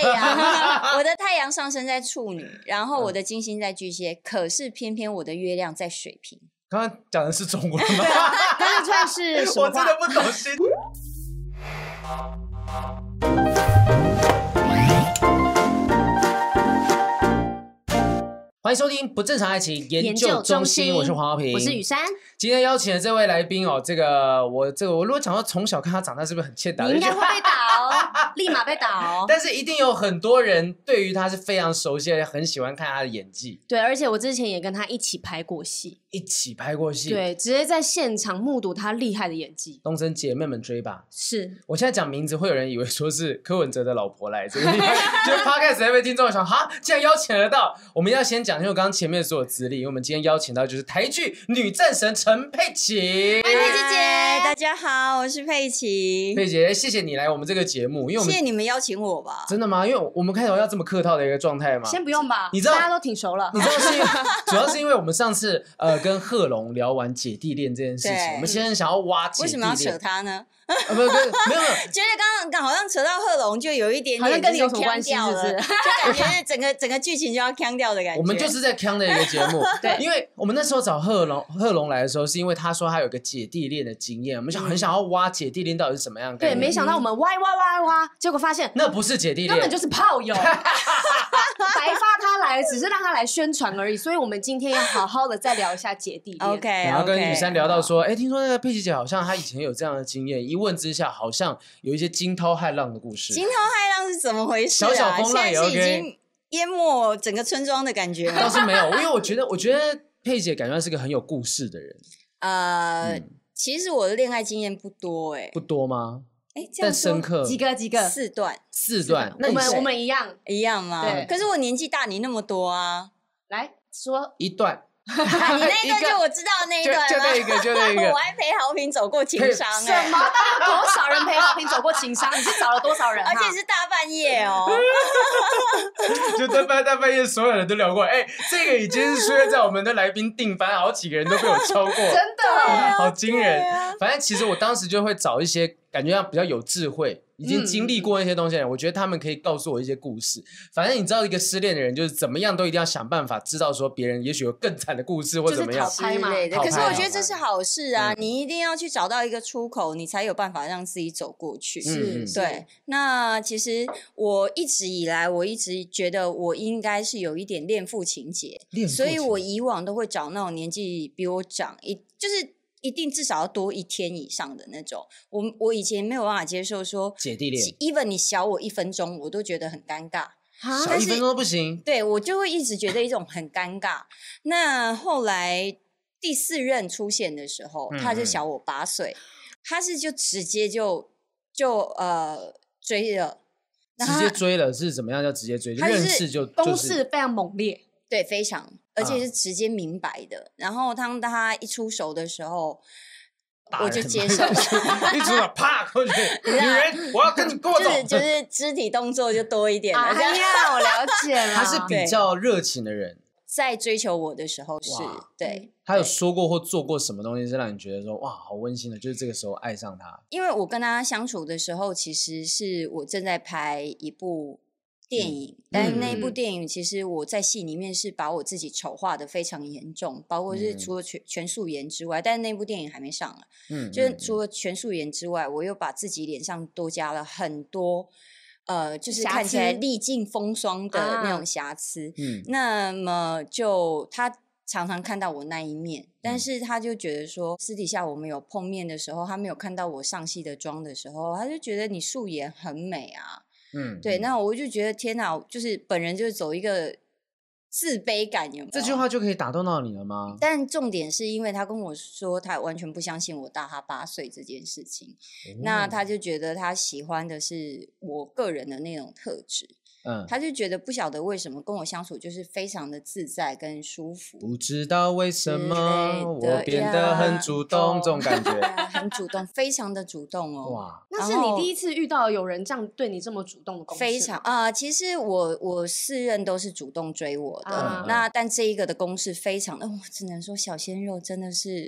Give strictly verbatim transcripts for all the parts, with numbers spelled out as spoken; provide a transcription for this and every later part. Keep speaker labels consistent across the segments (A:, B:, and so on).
A: 阳，我的太阳上升在处女，然后我的金星在巨蟹，可是偏偏我的月亮在水瓶。
B: 刚刚讲的是中文吗？
C: 刚刚算是什么话？
B: 我真的不懂星。欢迎收听不正常爱情研究中心，我是黄浩平，
C: 我是雨珊。
B: 今天邀请的这位来宾哦，这个我这个我如果讲到从小看他长大，是不是很欠打？
C: 你应该会被打哦，立马被打哦。
B: 但是一定有很多人对于他是非常熟悉的，很喜欢看他的演技。
C: 对，而且我之前也跟他一起拍过戏，
B: 一起拍过戏，
C: 对，直接在现场目睹他厉害的演技。
B: 东森姐妹们追吧！
C: 是
B: 我现在讲名字，会有人以为说是柯文哲的老婆来这个地方，就 podcast 那位听众想，哈，竟然邀请得到。我们要先讲，因为我刚刚前面所有资历，因为我们今天邀请到就是台剧女战神陈佩琪。
A: 嗨，佩琪姐，大家好，我是佩琪。
B: 佩姐，谢谢你来我们这个节目，因为我们
A: 谢谢你们邀请我吧。
B: 真的吗？因为我们开头要这么客套的一个状态吗？
C: 先不用吧，
B: 你知道
C: 大家都挺熟了。
B: 你知道是因为主要是因为我们上次呃跟贺龙聊完姐弟恋这件事情，我们现在想要挖姐弟恋。
A: 为什么要扯他呢？
B: 啊，不不，没有没有，
A: 觉得刚刚好像扯到贺龙，就有一点点
C: 好像跟你有什么关系，是不是？
A: 就感觉是整个整个剧情就要腔掉的感觉。
B: 我们就是在腔的一个节目，
C: 对，
B: 因为我们那时候找贺龙贺龙来的时候，是因为他说他有个姐弟恋的经验，我们想很想要挖姐弟恋到底是什么样的。
C: 对，没想到我们挖挖挖挖，结果发现
B: 那不是姐弟恋，
C: 根本就是炮友。白发他来只是让他来宣传而已，所以我们今天要好好的再聊一下姐弟恋。
A: OK，
B: 然后跟雨珊聊到说，哎，听说那个佩琪姐好像她以前有这样的经验，一问之下好像有一些惊涛骇浪的故事。
A: 惊涛骇浪是怎么回事啊？
B: 小小风浪也 OK，
A: 现在是已经淹没整个村庄的感觉吗？
B: 倒是没有，因为我觉得我觉得佩姐感觉是个很有故事的人。
A: 呃，
B: 嗯、
A: 其实我的恋爱经验不多、欸，哎，
B: 不多吗？
A: 哎，这样
B: 但深刻
C: 几个几个
A: 四段，
B: 四段。
C: 那我们我们一样
A: 一样吗？
C: 对。
A: 可是我年纪大你那么多啊，
C: 来说
B: 一段。
A: 啊、你那一段就我知道的那一段吗？
B: 就, 就那一个，就那一个。
A: 我还陪豪平走过情伤、欸，
C: 什么？到底有多少人陪豪平走过情伤？你是找了多少人、啊？
A: 而且是大半夜哦。
B: 就大半大半夜，所有人都聊过。哎、欸，这个已经是出现在我们的来宾定番，好几个人都被我敲过，
C: 真的、
A: 啊，
B: 好惊人、
A: 啊。
B: 反正其实我当时就会找一些感觉比较有智慧。已经经历过那些东西的人、嗯，我觉得他们可以告诉我一些故事。反正你知道，一个失恋的人就是怎么样都一定要想办法知道说别人也许有更惨的故事或怎么样
A: 之类的。可是我觉得这是好事啊、嗯，你一定要去找到一个出口，你才有办法让自己走过去。
B: 是，
A: 对。那其实我一直以来，我一直觉得我应该是有一点恋父情节，所以我以往都会找那种年纪比我长一，就是。一定至少要多一天以上的那种。我我以前没有办法接受说
B: 姐弟恋
A: ，even 你小我一分钟，我都觉得很尴尬。
B: 小一分钟都不行。
A: 对，我就会一直觉得一种很尴尬。那后来第四任出现的时候，他就小我八岁，他是就直接就就呃追了，
B: 直接追了是怎么样叫直接追？就认识就
C: 攻势非常猛烈。
A: 对，非常，而且是直接明白的。啊、然后当他一出手的时候，我就接受了。
B: 一出手，啪过去，女人，我要跟你过走。
A: 就是就是肢体动作就多一点了。
C: 哎呀，我了解了。
B: 他是比较热情的人，
A: 在追求我的时候是对。
B: 他有说过或做过什么东西是让你觉得说哇，好温馨的？就是这个时候爱上他。
A: 因为我跟他相处的时候，其实是我正在拍一部。电影，但那一部电影其实我在戏里面是把我自己丑化的非常严重，包括是除了全全素颜之外，但是那部电影还没上了，嗯，就是除了全素颜之外，我又把自己脸上多加了很多，呃，就是看起来历尽风霜的那种瑕疵，嗯，那么就他常常看到我那一面，但是他就觉得说，私底下我们有碰面的时候，他没有看到我上戏的妆的时候，他就觉得你素颜很美啊。嗯，对，那我就觉得天哪，就是本人就是走一个自卑感，有没有？
B: 这句话就可以打动到你了吗？
A: 但重点是因为他跟我说，他完全不相信我大他八岁这件事情，哦、那他就觉得他喜欢的是我个人的那种特质。嗯，他就觉得不晓得为什么跟我相处就是非常的自在跟舒服，
B: 不知道为什么我变得很主动，这种感觉
A: 很主动，非常的主动哦。哇，
C: 那是你第一次遇到有人这样对你这么主动的攻势？
A: 非常啊、呃，其实我我四任都是主动追我的，啊、那但这一个的攻势非常的，我只能说小鲜肉真的是。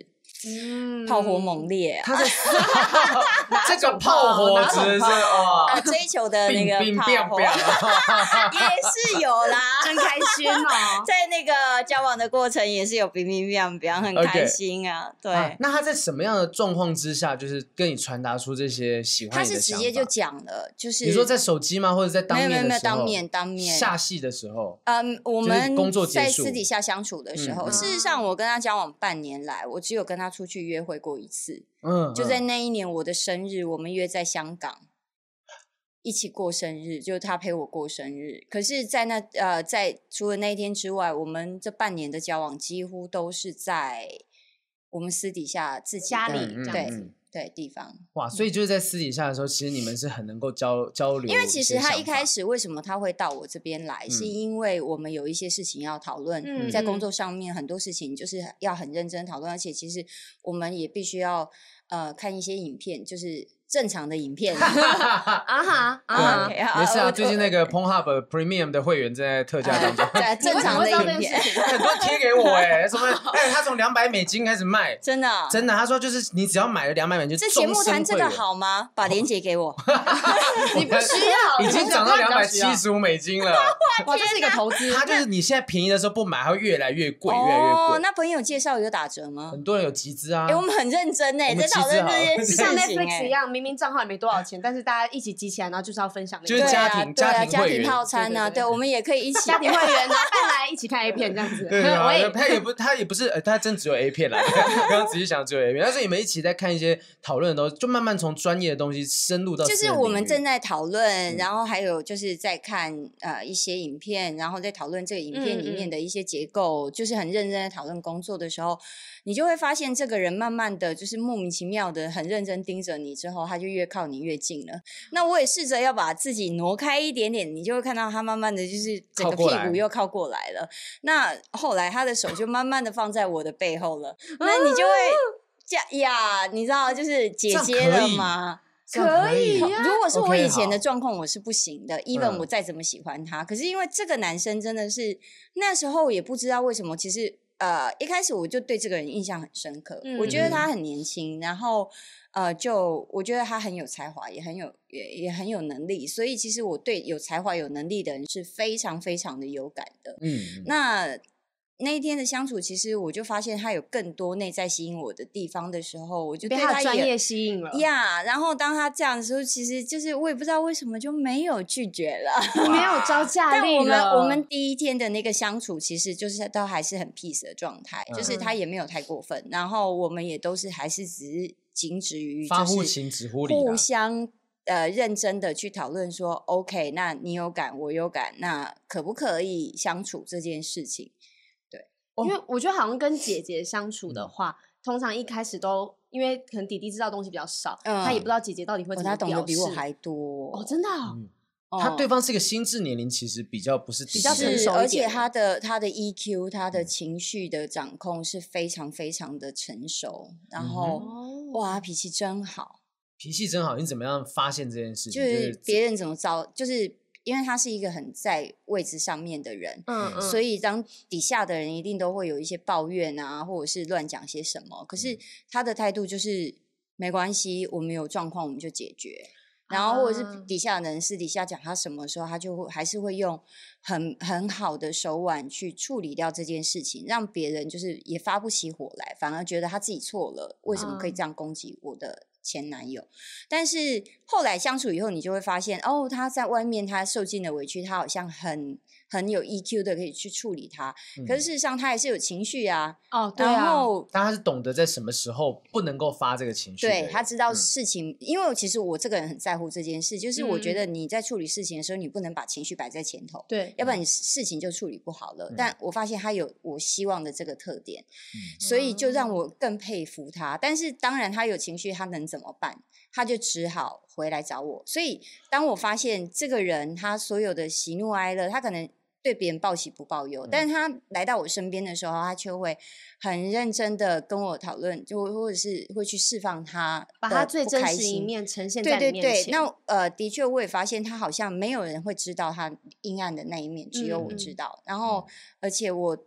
A: 嗯，炮火猛烈、啊，
B: 他的这个炮火只是哦，
A: 啊，追求的那个炮火也是有啦，
C: 真开心哦。
A: 在那个交往的过程也是有冰冰冰冰，很开心啊。
B: Okay.
A: 对、
B: 啊，那他在什么样的状况之下，就是跟你传达出这些喜欢你的想法？
A: 他是直接就讲了，就是
B: 你说在手机吗？或者在当面的时候？
A: 没有没有当面当面
B: 下戏的时候。
A: 嗯，我们
B: 工作结束
A: 在私底下相处的时候，嗯、事实上我跟他交往半年来，我只有跟他出去约会过一次。嗯，就在那一年我的生日，我们约在香港一起过生日，就是他陪我过生日。可是在那呃，在除了那一天之外，我们这半年的交往几乎都是在我们私底下自己
C: 家里
A: 这样子。对地方
B: 哇，所以就是在私底下的时候，其实你们是很能够交交流。
A: 因为其实他一开始为什么他会到我这边来，嗯、是因为我们有一些事情要讨论，嗯、在工作上面很多事情就是要很认真讨论，而且其实我们也必须要呃看一些影片，就是正常的影片。啊
C: 哈啊，
B: 没事啊，最近那个 Pornhub Premium 的会员正在特价当中，
A: 对，正常的影片，
B: 很多人贴给我哎，什么哎，他从两百美金开始卖，
A: 真的
B: 真的，他说就是你只要买了两百美金，
A: 这节目谈这个好吗？把链接给我，
C: 你不需要，
B: 已经涨到两百七十五美金了，
C: 哇，这是一个投资。
B: 他就是你现在便宜的时候不买，它会越来越贵，越来越贵。
A: 哦，那朋友介绍有打折吗？
B: 很多人有集资啊，
A: 哎，我们很认真哎，在讨论这件事情，
C: 像 Netflix 一样，明明账号也没多少钱，但是大家一起集起来，然后就是要分享，
B: 就是家庭
A: 家
B: 庭会员
A: 套餐啊，对，我们也可以一起
C: 家庭会员，然后带来一起看 A 片这样子。
B: 对啊，他也不他也不是，他真只有 A 片啦。刚刚仔细想只有 A 片，但是你们一起在看一些讨论的东西，就慢慢从专业的东西深入到
A: 就是我们正在讨论，然后还有就是在看呃一些影片，然后在讨论这个影片里面的一些结构，就是很认真的讨论工作的时候，你就会发现这个人慢慢的就是莫名其妙的很认真盯着你，之后他就越靠你越近了。那我也试着要把自己挪开一点点，你就会看到他慢慢的就是整个屁股又靠过来了。那后来他的手就慢慢的放在我的背后了，那你就会这样呀，你知道就是姐姐了吗？
C: 可以呀、啊。
A: 如果是我以前的状况，我是不行的。Okay, even 我再怎么喜欢他，嗯、可是因为这个男生真的是那时候也不知道为什么，其实呃一开始我就对这个人印象很深刻。嗯、我觉得他很年轻，然后呃就我觉得他很有才华，也很有也也很有能力，所以其实我对有才华有能力的人是非常非常的有感的。嗯，那。那一天的相处，其实我就发现他有更多内在吸引我的地方的时候，我就对
C: 他被他专业吸引了
A: 呀。Yeah, 然后当他这样的时候，其实就是我也不知道为什么就没有拒绝了，
C: 没有招架力了。
A: 但我们我们第一天的那个相处，其实就是都还是很 peace 的状态，嗯、就是他也没有太过分，然后我们也都是还是只是仅止于
B: 发乎情止乎礼，
A: 互相。呃，认真的去讨论说 ，OK， 那你有感，我有感，那可不可以相处这件事情？
C: 因为我觉得好像跟姐姐相处的话，嗯、通常一开始都因为可能弟弟知道的东西比较少，嗯、他也不知道姐姐到底会怎么表示。
A: 哦、他懂得比我还多
C: 哦，真的、哦
B: 嗯哦。他对方是一个心智年龄，其实比较不是
C: 比较成熟一点，
A: 而且他的他的 E Q， 他的情绪的掌控是非常非常的成熟，然后、嗯、哇，脾气真好，
B: 脾气真好。你怎么样发现这件事情？
A: 就是别人怎么招，就是。因为他是一个很在位置上面的人，嗯嗯，所以当底下的人一定都会有一些抱怨啊，或者是乱讲些什么。可是他的态度就是没关系，我们有状况我们就解决。然后或者是底下的人私底下讲他什么的时候，他就会还是会用很很好的手腕去处理掉这件事情，让别人就是也发不起火来，反而觉得他自己错了，为什么可以这样攻击我的前男友？但是后来相处以后，你就会发现，哦，他在外面他受尽了委屈，他好像很很有 E Q 的可以去处理他，嗯、可是事实上他还是有情绪啊。
C: 哦，对啊。
A: 然后，
B: 但他是懂得在什么时候不能够发这个情绪。
A: 对，他知道事情，嗯、因为其实我这个人很在乎这件事，就是我觉得你在处理事情的时候，你不能把情绪摆在前头，
C: 对，
A: 要不然你事情就处理不好了。嗯、但我发现他有我希望的这个特点，嗯、所以就让我更佩服他。但是当然，他有情绪，他能怎么办？他就只好回来找我。所以当我发现这个人他所有的喜怒哀乐，他可能对别人报喜不报忧，嗯、但是他来到我身边的时候，他却会很认真的跟我讨论，就或者是会去释放他
C: 把他最真实一面呈现在你面前。
A: 对对对，那呃，的确我也发现他好像没有人会知道他阴暗的那一面，只有我知道。嗯、然后而且我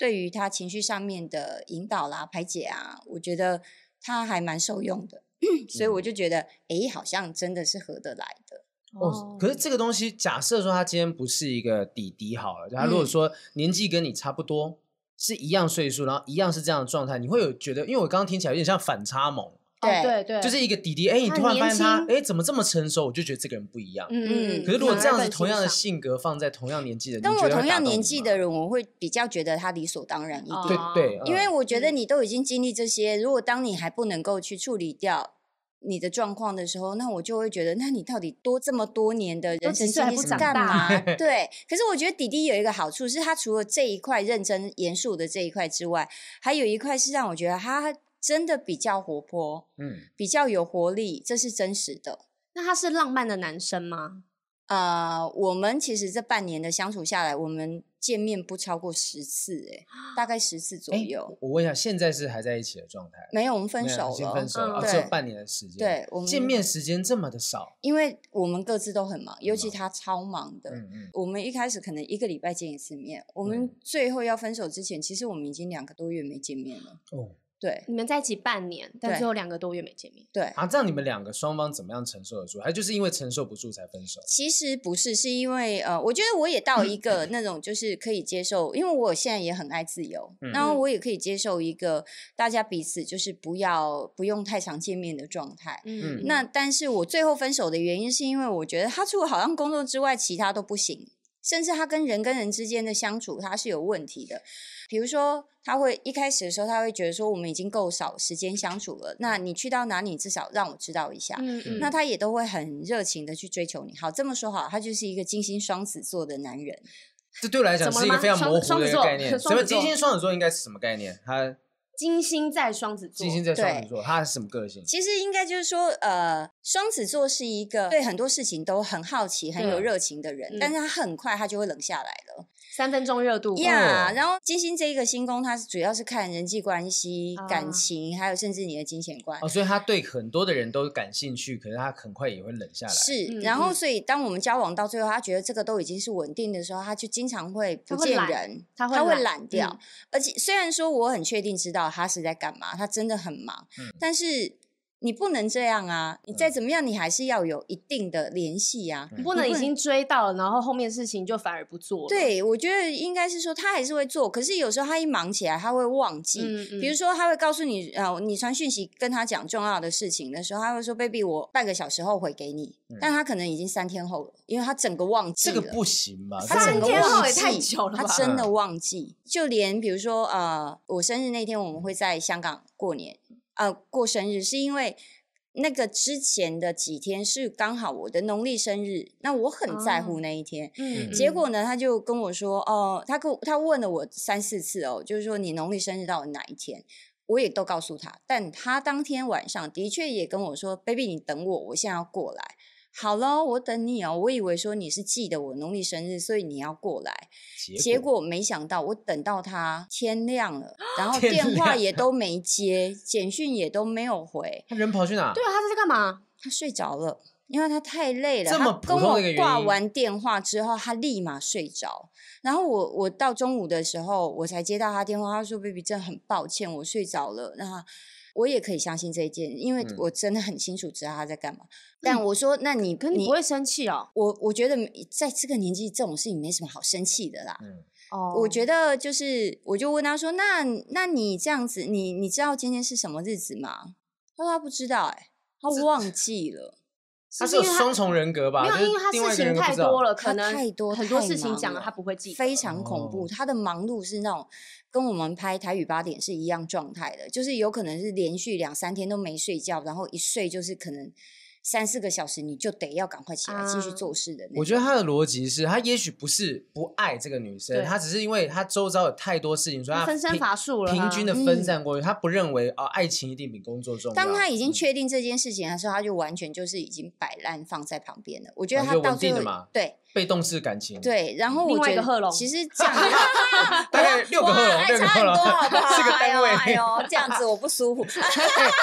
A: 对于他情绪上面的引导啦、排解啊，我觉得他还蛮受用的，所以我就觉得，哎，好像真的是合得来的。
B: 哦，可是这个东西，假设说他今天不是一个弟弟好了，他如果说年纪跟你差不多，嗯、是一样岁数，然后一样是这样的状态，你会有觉得，因为我刚刚听起来有点像反差萌。
C: 对对对，
B: 就是一个弟弟，哎，你突然发现他，哎，怎么这么成熟？我就觉得这个人不一样。嗯，可是如果这样子同样的性格放在同样年纪的，
A: 跟我同样年纪的人，我会比较觉得他理所当然一点。
B: 对对，
A: 因为我觉得你都已经经历这些，如果当你还不能够去处理掉你的状况的时候，那我就会觉得，那你到底多这么多年的人生经历是干嘛？对。可是我觉得弟弟有一个好处是，他除了这一块认真严肃的这一块之外，还有一块是让我觉得他真的比较活泼，嗯，比较有活力，这是真实的。
C: 那他是浪漫的男生吗？
A: 呃，我们其实这半年的相处下来，我们见面不超过十次，哎，大概十次左右。
B: 我问一下，现在是还在一起的状态？
A: 没有，我们分手了，
B: 已经分手了，只有半年的时间。
A: 对，我们
B: 见面时间这么的少，
A: 因为我们各自都很忙，尤其他超忙的。嗯嗯，我们一开始可能一个礼拜见一次面，我们最后要分手之前，其实我们已经两个多月没见面了。哦。对，
C: 你们在一起半年，但最后两个多月没见面。
A: 对
B: 啊，这样你们两个双方怎么样承受得住？还就是因为承受不住才分手？
A: 其实不是，是因为呃，我觉得我也到一个那种就是可以接受，因为我现在也很爱自由，嗯、然后我也可以接受一个大家彼此就是不要不用太常见面的状态。嗯，那但是我最后分手的原因是因为我觉得他除了好像工作之外，其他都不行。甚至他跟人跟人之间的相处，他是有问题的。比如说，他会一开始的时候，他会觉得说我们已经够少时间相处了，那你去到哪里，至少让我知道一下。嗯嗯，那他也都会很热情的去追求你。好，这么说好，他就是一个金星双子座的男人。
B: 这对我来讲是一个非常模糊的一个概念。什么金星双子座应该是什么概念？他
C: 金星在双子座，
B: 金星在双子座，他是什么个性？
A: 其实应该就是说，呃，双子座是一个对很多事情都很好奇、很有热情的人，嗯、但是他很快他就会冷下来了。
C: 三分钟热度
A: 呀， yeah, 然后金星这一个星宫，它主要是看人际关系、啊、感情，还有甚至你的金钱观。
B: 哦，所以他对很多的人都感兴趣，可是他很快也会冷下来。
A: 是，嗯、然后所以当我们交往到最后，他觉得这个都已经是稳定的时候，他就经常会不见人，
C: 他会
A: 他会懒掉。嗯、而且虽然说我很确定知道他是在干嘛，他真的很忙，嗯、但是。你不能这样啊！你再怎么样，你还是要有一定的联系啊。
C: 你不能已经追到了，然后后面事情就反而不做了。
A: 对，我觉得应该是说他还是会做，可是有时候他一忙起来，他会忘记。嗯嗯、比如说，他会告诉你，呃，你传讯息跟他讲重要的事情的时候，他会说 ：“baby， 我半个小时后回给你。嗯”但他可能已经三天后了，因为他整个忘记了。
B: 这个不行吧？
A: 他整个
C: 三天后也太久了吧？
A: 他真的忘记，就连比如说，呃，我生日那天我们会在香港过年，呃，过生日是因为。那个之前的几天是刚好我的农历生日，那我很在乎那一天。哦、嗯，结果呢，他就跟我说，哦，他跟他问了我三四次哦，就是说你农历生日到底哪一天？我也都告诉他，但他当天晚上的确也跟我说 ，baby， 你等我，我现在要过来。好了，我等你哦。我以为说你是记得我农历生日，所以你要过来。结 果, 结果没想到，我等到他天亮了，然后电话也都没接，简讯也都没有回。
B: 他人跑去哪？
C: 对啊，他在干嘛？
A: 他睡着了，因为他太累了。这么普通的一个原因。他跟我挂完电话之后，他立马睡着。然后我我到中午的时候，我才接到他电话，他说 ：“baby， 真的很抱歉，我睡着了。”那我也可以相信这一件，因为我真的很清楚知道他在干嘛。嗯、但我说，那你
C: 可你不会生气哦？
A: 我我觉得在这个年纪，这种事情没什么好生气的啦。嗯，哦，我觉得就是，我就问他说，那那你这样子，你你知道今天是什么日子吗？他说他不知道、欸，哎，他忘记了。
B: 他是有双重人格吧？
C: 没有，因为他事情太多了，可能
A: 太多
C: 很多事情讲了，他不会记得，
A: 非常恐怖。他的忙碌是那种跟我们拍台语八点是一样状态的，就是有可能是连续两三天都没睡觉，然后一睡就是可能三四个小时，你就得要赶快起来继续做事的那种。
B: 我觉得他的逻辑是他也许不是不爱这个女生，他只是因为他周遭有太多事情，所以他
C: 分身乏术了，
B: 平均的分散过去。嗯、他不认为啊、哦，爱情一定比工作重要。
A: 当他已经确定这件事情的时候，他就完全就是已经摆烂放在旁边了。我觉得他到最后、
B: 啊、
A: 对。
B: 被动式感情，
A: 对，然后我觉得其实这样
B: 大概六个贺龙，六个贺龙，
A: 好不好？
B: 是个单位。
A: 哎呦，这样子我不舒服。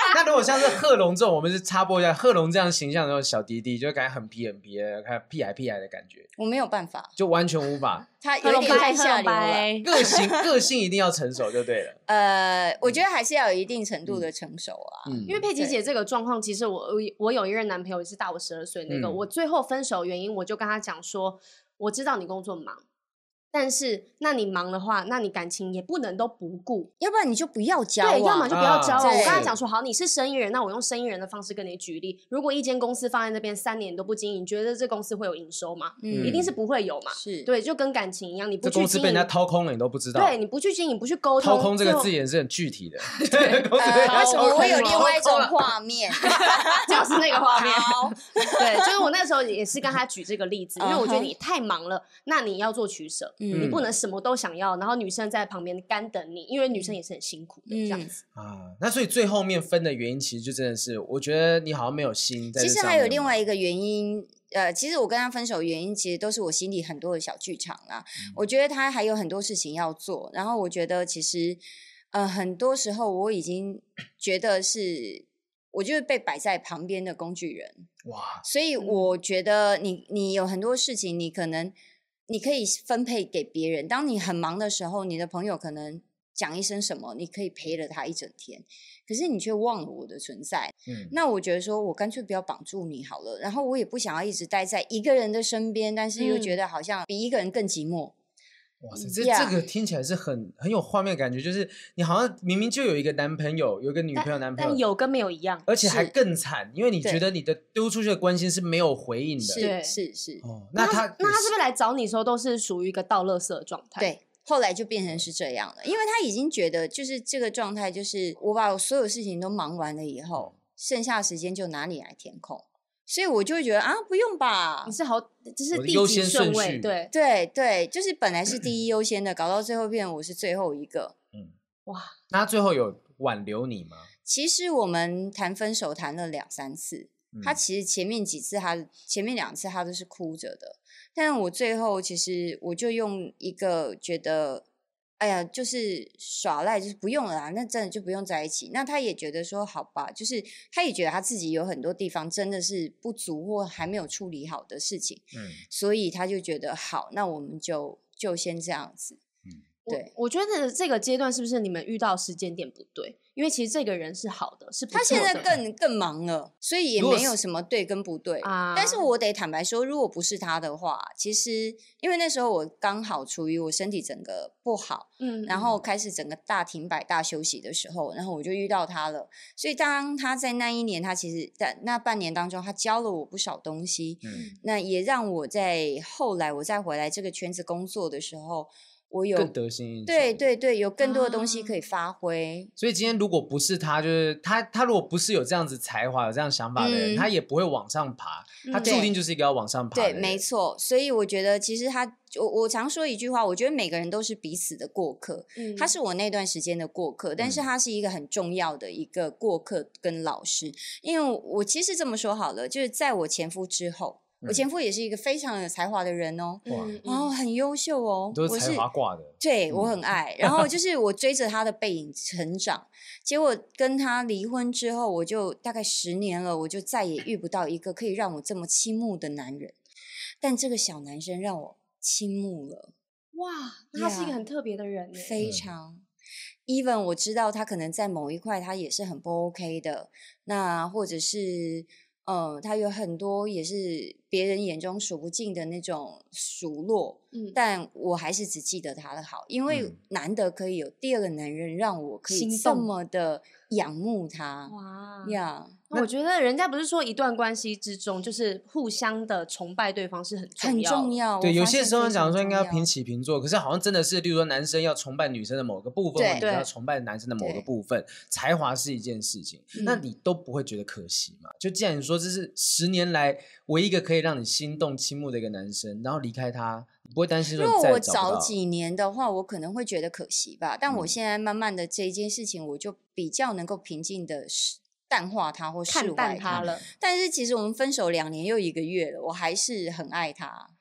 B: 那如果像是贺龙这种，我们是插播一下，贺龙这样形象的小弟弟，就感觉很皮很皮的，看屁孩屁孩的感觉。
A: 我没有办法，
B: 就完全无法。
A: 他有点太下流了，
B: 个性个性一定要成熟就对了。
A: 呃，我觉得还是要有一定程度的成熟啊。
C: 嗯、因为佩奇姐这个状况，其实我我有一任男朋友是大我十二岁那个、嗯，我最后分手原因，我就跟他讲说，我知道你工作忙。但是，那你忙的话，那你感情也不能都不顾，
A: 要不然你就不要交往，
C: 对，要么就不要交往。啊、我跟他讲说，好，你是生意人，那我用生意人的方式跟你举例。如果一间公司放在那边三年都不经营，你觉得这公司会有营收吗？嗯，一定是不会有嘛。
A: 是，
C: 对，就跟感情一样，你不去经营，
B: 这公司被人家掏空了，你都不知道。
C: 对，你不去经营，不去沟通，
B: 掏空这个字眼是很具体的。
A: 对，呃，我有另外一种画面，
C: 就是那个画面。对，就是我那时候也是跟他举这个例子，因为我觉得你太忙了，那你要做取舍，嗯、你不能什么都想要，然后女生在旁边干等你，因为女生也是很辛苦的、嗯、这样子
B: 啊。那所以最后面分的原因，其实就真的是，我觉得你好像没有心在这上面。
A: 其实还有另外一个原因，呃，其实我跟他分手的原因，其实都是我心里很多的小剧场啊、嗯。我觉得他还有很多事情要做，然后我觉得其实，呃，很多时候我已经觉得是，我就是被摆在旁边的工具人。哇！所以我觉得你你有很多事情，你可能。你可以分配给别人，当你很忙的时候，你的朋友可能讲一声什么，你可以陪了他一整天，可是你却忘了我的存在。嗯，那我觉得说我干脆不要绑住你好了，然后我也不想要一直待在一个人的身边，但是又觉得好像比一个人更寂寞。
B: 哇塞，这、yeah. 这个听起来是很很有画面感觉，就是你好像明明就有一个男朋友，有一个女朋友、男朋友，
C: 但有跟没有一样，
B: 而且还更惨，因为你觉得你的丢出去的关心是没有回应的，
A: 是是是。
B: 哦，那他
C: 那他是不是来找你的时候都是属于一个倒垃圾的状态？
A: 对，后来就变成是这样了，因为他已经觉得就是这个状态，就是我把我所有事情都忙完了以后，剩下的时间就拿你来填空。所以我就会觉得啊，不用吧，
C: 你是好，这是第几顺位？对
A: 对对，就是本来是第一优先的，搞到最后变我是最后一个。
B: 嗯，哇，那他最后有挽留你吗？
A: 其实我们谈分手谈了两三次，嗯、他其实前面几次他前面两次他都是哭着的，但我最后其实我就用一个觉得。哎呀，就是耍赖，就是不用了啦，那真的就不用在一起。那他也觉得说，好吧，就是他也觉得他自己有很多地方真的是不足或还没有处理好的事情，嗯，所以他就觉得好，那我们就就先这样子。嗯，对，
C: 我, 我觉得这个阶段是不是你们遇到时间点不对？因为其实这个人是好的，是不错的，
A: 他现在更更忙了，所以也没有什么对跟不对啊。但是我得坦白说，如果不是他的话，其实因为那时候我刚好处于我身体整个不好，嗯，然后开始整个大停摆、大休息的时候，然后我就遇到他了。所以当他在那一年，他其实在那半年当中，他教了我不少东西，嗯，那也让我在后来我再回来这个圈子工作的时候。我有
B: 更得心应手，
A: 对对对，有更多的东西可以发挥、
B: 啊。所以今天如果不是他，就是他，他如果不是有这样子才华、有这样想法的人，嗯、他也不会往上爬。他注定就是一个要往上爬的人。
A: 对，没错。所以我觉得，其实他，我我常说一句话，我觉得每个人都是彼此的过客。嗯，他是我那段时间的过客，但是他是一个很重要的一个过客跟老师。因为我其实这么说好了，就是在我前夫之后。我前夫也是一个非常有才华的人哦，嗯、然后很优秀哦，
B: 都是才华挂的，
A: 对、嗯、我很爱。然后就是我追着他的背影成长，结果跟他离婚之后，我就大概十年了，我就再也遇不到一个可以让我这么倾慕的男人。但这个小男生让我倾慕了，
C: 哇，那他是一个很特别的人耶，
A: 非常。even 我知道他可能在某一块他也是很不 OK 的，那或者是。呃，他有很多也是别人眼中数不尽的那种数落，嗯，但我还是只记得他的好，因为难得可以有第二个男人让我可以这么的仰慕他，哇呀！
C: Yeah. 我觉得人家不是说一段关系之中就是互相的崇拜对方是很重要的，
A: 很重要。
B: 对，有些时候讲说应该要平起平坐，可是好像真的是，例如说男生要崇拜女生的某个部分，女生要崇拜男生的某个部分，才华是一件事情，那你都不会觉得可惜嘛？就既然你说这是十年来唯一一个可以让你心动倾慕的一个男生，然后离开他，你不会担心说你再也找不到。
A: 如果我早几年的话，我可能会觉得可惜吧，但我现在慢慢的这一件事情，我就比较能够平静的淡化他或释怀他
C: 了。
A: 但是其实我们分手两年又一个月了，我还是很爱他，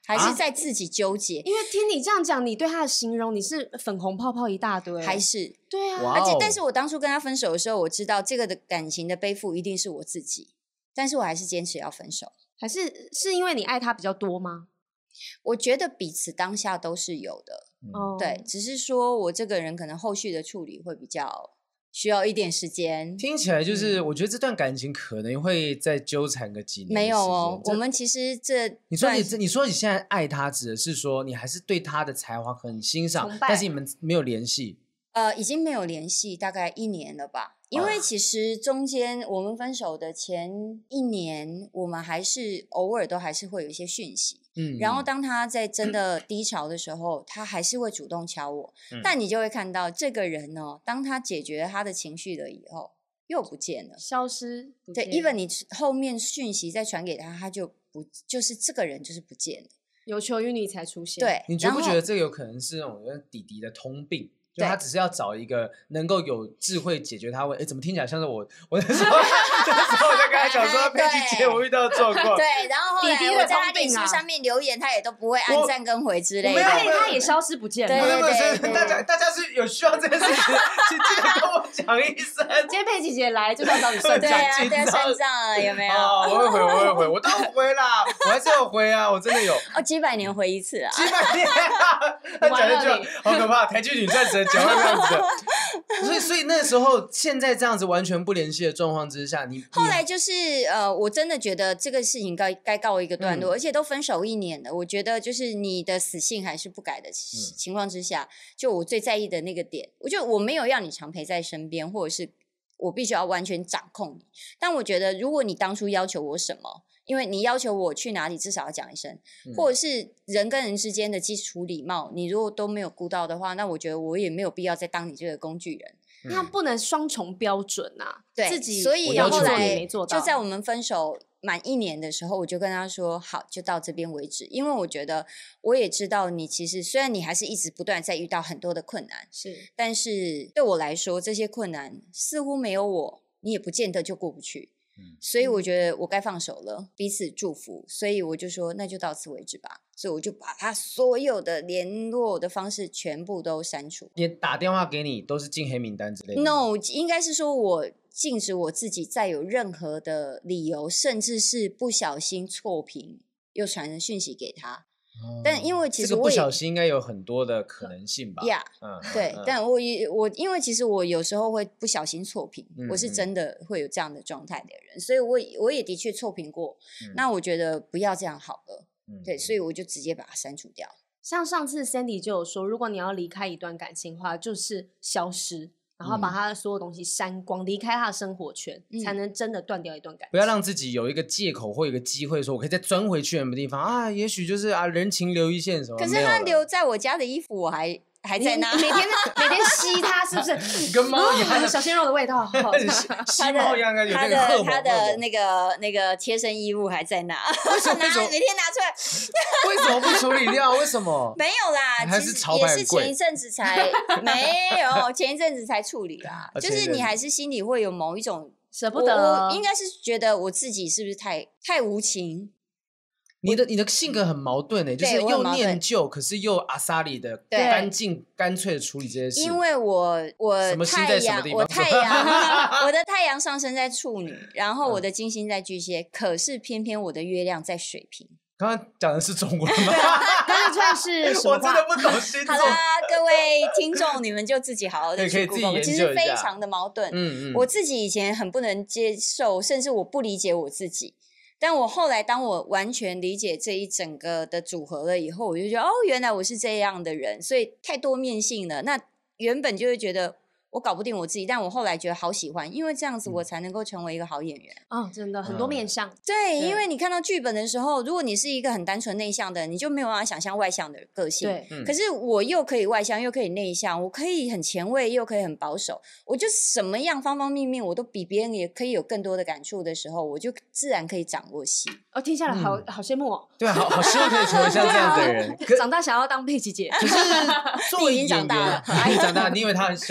A: 还是在自己纠结？
C: 因为听你这样讲，你对他的形容你是粉红泡泡一大堆，
A: 还是
C: 对啊？
A: 而且，但是我当初跟他分手的时候，我知道这个的感情的背负一定是我自己，但是我还是坚持要分手。
C: 还是是因为你爱他比较多吗？
A: 我觉得彼此当下都是有的，嗯、对，只是说我这个人可能后续的处理会比较需要一点时间。
B: 听起来就是，我觉得这段感情可能会再纠缠个几年。
A: 没有哦，我们其实这
B: 你说你你说你现在爱他，指的是说你还是对他的才华很欣赏，但是你们没有联系。
A: 呃，已经没有联系大概一年了吧。因为其实中间我们分手的前一年，我们还是偶尔都还是会有一些讯息。嗯，然后当他在真的低潮的时候，他还是会主动敲我。嗯、但你就会看到这个人呢，当他解决他的情绪了以后，又不见了，
C: 消失不见。
A: 对 ，even 你后面讯息再传给他，他就不就是这个人就是不见了，
C: 有求于你才出现。
A: 对，
B: 你觉不觉得这个有可能是那种弟弟的通病？就他只是要找一个能够有智慧解决他问，哎，怎么听起来像是我？我那时候那时候我在跟他讲说，佩奇姐，我遇到的状况。
A: 对，然后后来我在他脸书上面留言，他也都不会按赞跟回之类的，
C: 而且他也消失不见了。
A: 对对对，
B: 大家大家是有需要这件事情，请记得跟我讲一声。
C: 今天佩奇姐来就是要找你算账，
A: 对啊，对算账有没有？
B: 我会回，我会回，我都回啦，我还是有回啊，我真的有。
A: 哦，几百年回一次啊！
B: 几百年啊！他讲一句好可怕，台剧女战神讲会这样子的。所以，所以那时候，现在这样子完全不联系的状况之下，你
A: 后来就是呃，我真的觉得这个事情该该告一个段落，嗯、而且都分手一年了，我觉得就是你的死性还是不改的情况之下，嗯、就我最在意的那个点，我就我没有要你常陪在身边，或者是我必须要完全掌控你，但我觉得如果你当初要求我什么。因为你要求我去哪里，至少要讲一声，嗯、或者是人跟人之间的基础礼貌，你如果都没有顾到的话，那我觉得我也没有必要再当你这个工具人。
C: 嗯、那不能双重标准啊，
A: 对，
C: 自己
A: 所以
C: 后
A: 来就在我们分手满一年的时候，我就跟他说，好，就到这边为止。因为我觉得我也知道你其实虽然你还是一直不断在遇到很多的困难，
C: 是，
A: 但是对我来说，这些困难似乎没有我，你也不见得就过不去。所以我觉得我该放手了，彼此祝福，所以我就说那就到此为止吧。所以我就把他所有的联络的方式全部都删除，
B: 连打电话给你都是进黑名单之类的。
A: No， 应该是说我禁止我自己再有任何的理由，甚至是不小心错评又传了讯息给他。哦、但因为其实我
B: 这个不小心应该有很多的可能性吧。
A: 呀、yeah, 嗯，对，嗯、但我也我因为其实我有时候会不小心错评，嗯、我是真的会有这样的状态的人，所以我我也的确错评过。嗯、那我觉得不要这样好了，嗯、对，所以我就直接把它删除掉。
C: 像上次 Sandy 就有说，如果你要离开一段感情的话，就是消失。然后把他的所有东西删光，离开他的生活圈，嗯、才能真的断掉一段感情。
B: 不要让自己有一个借口或有一个机会，说我可以再钻回去什么地方啊？也许就是啊，人情留一线什么。
A: 可是他留在我家的衣服，我还还在那，
C: 每天每天吸它，是不是？
B: 跟猫一样，
C: 小鲜肉的味道，
B: 吸猫一样，有那个
A: 荷尔蒙。他的那个那个贴身衣物还在那，
B: 为什么？
A: 每天拿出来，
B: 为什么不处理掉？为什么？
A: 没有啦，
B: 还是潮牌
A: 也是前一阵子才没有，前一阵子才处理啦。就是你还是心里会有某一种
C: 舍不得，
A: 我应该是觉得我自己是不是太太无情。
B: 你的你的性格很矛盾诶，就是又念旧，可是又阿萨里的干净干脆的处理这些事。
A: 因为我我太阳我太阳我的太阳上升在处女，然后我的金星在巨蟹，可是偏偏我的月亮在水瓶。
B: 刚刚讲的是中文吗？
C: 刚刚算是什么话？
B: 我真的不懂星座。
A: 好啦，各位听众，你们就自己好好的去 Google， 其实非常的矛盾。嗯嗯，我自己以前很不能接受，甚至我不理解我自己。但我后来当我完全理解这一整个的组合了以后，我就觉得哦，原来我是这样的人，所以太多面性了。那原本就会觉得我搞不定我自己，但我后来觉得好喜欢，因为这样子我才能够成为一个好演员。
C: 哦，真的很多面向。
A: 对，因为你看到剧本的时候，如果你是一个很单纯内向的人，你就没有办法想象外向的个性。
C: 对，
A: 可是我又可以外向，又可以内向，我可以很前卫，又可以很保守，我就什么样方方面面我都比别人也可以有更多的感触的时候，我就自然可以掌握戏。
C: 哦，听下来好、嗯、好羡慕哦。
B: 对啊，好好希望可以成为像这样的人。
C: 长大想要当佩奇姐，
B: 可是作为演员，你长大，你以为他很小，你以为你很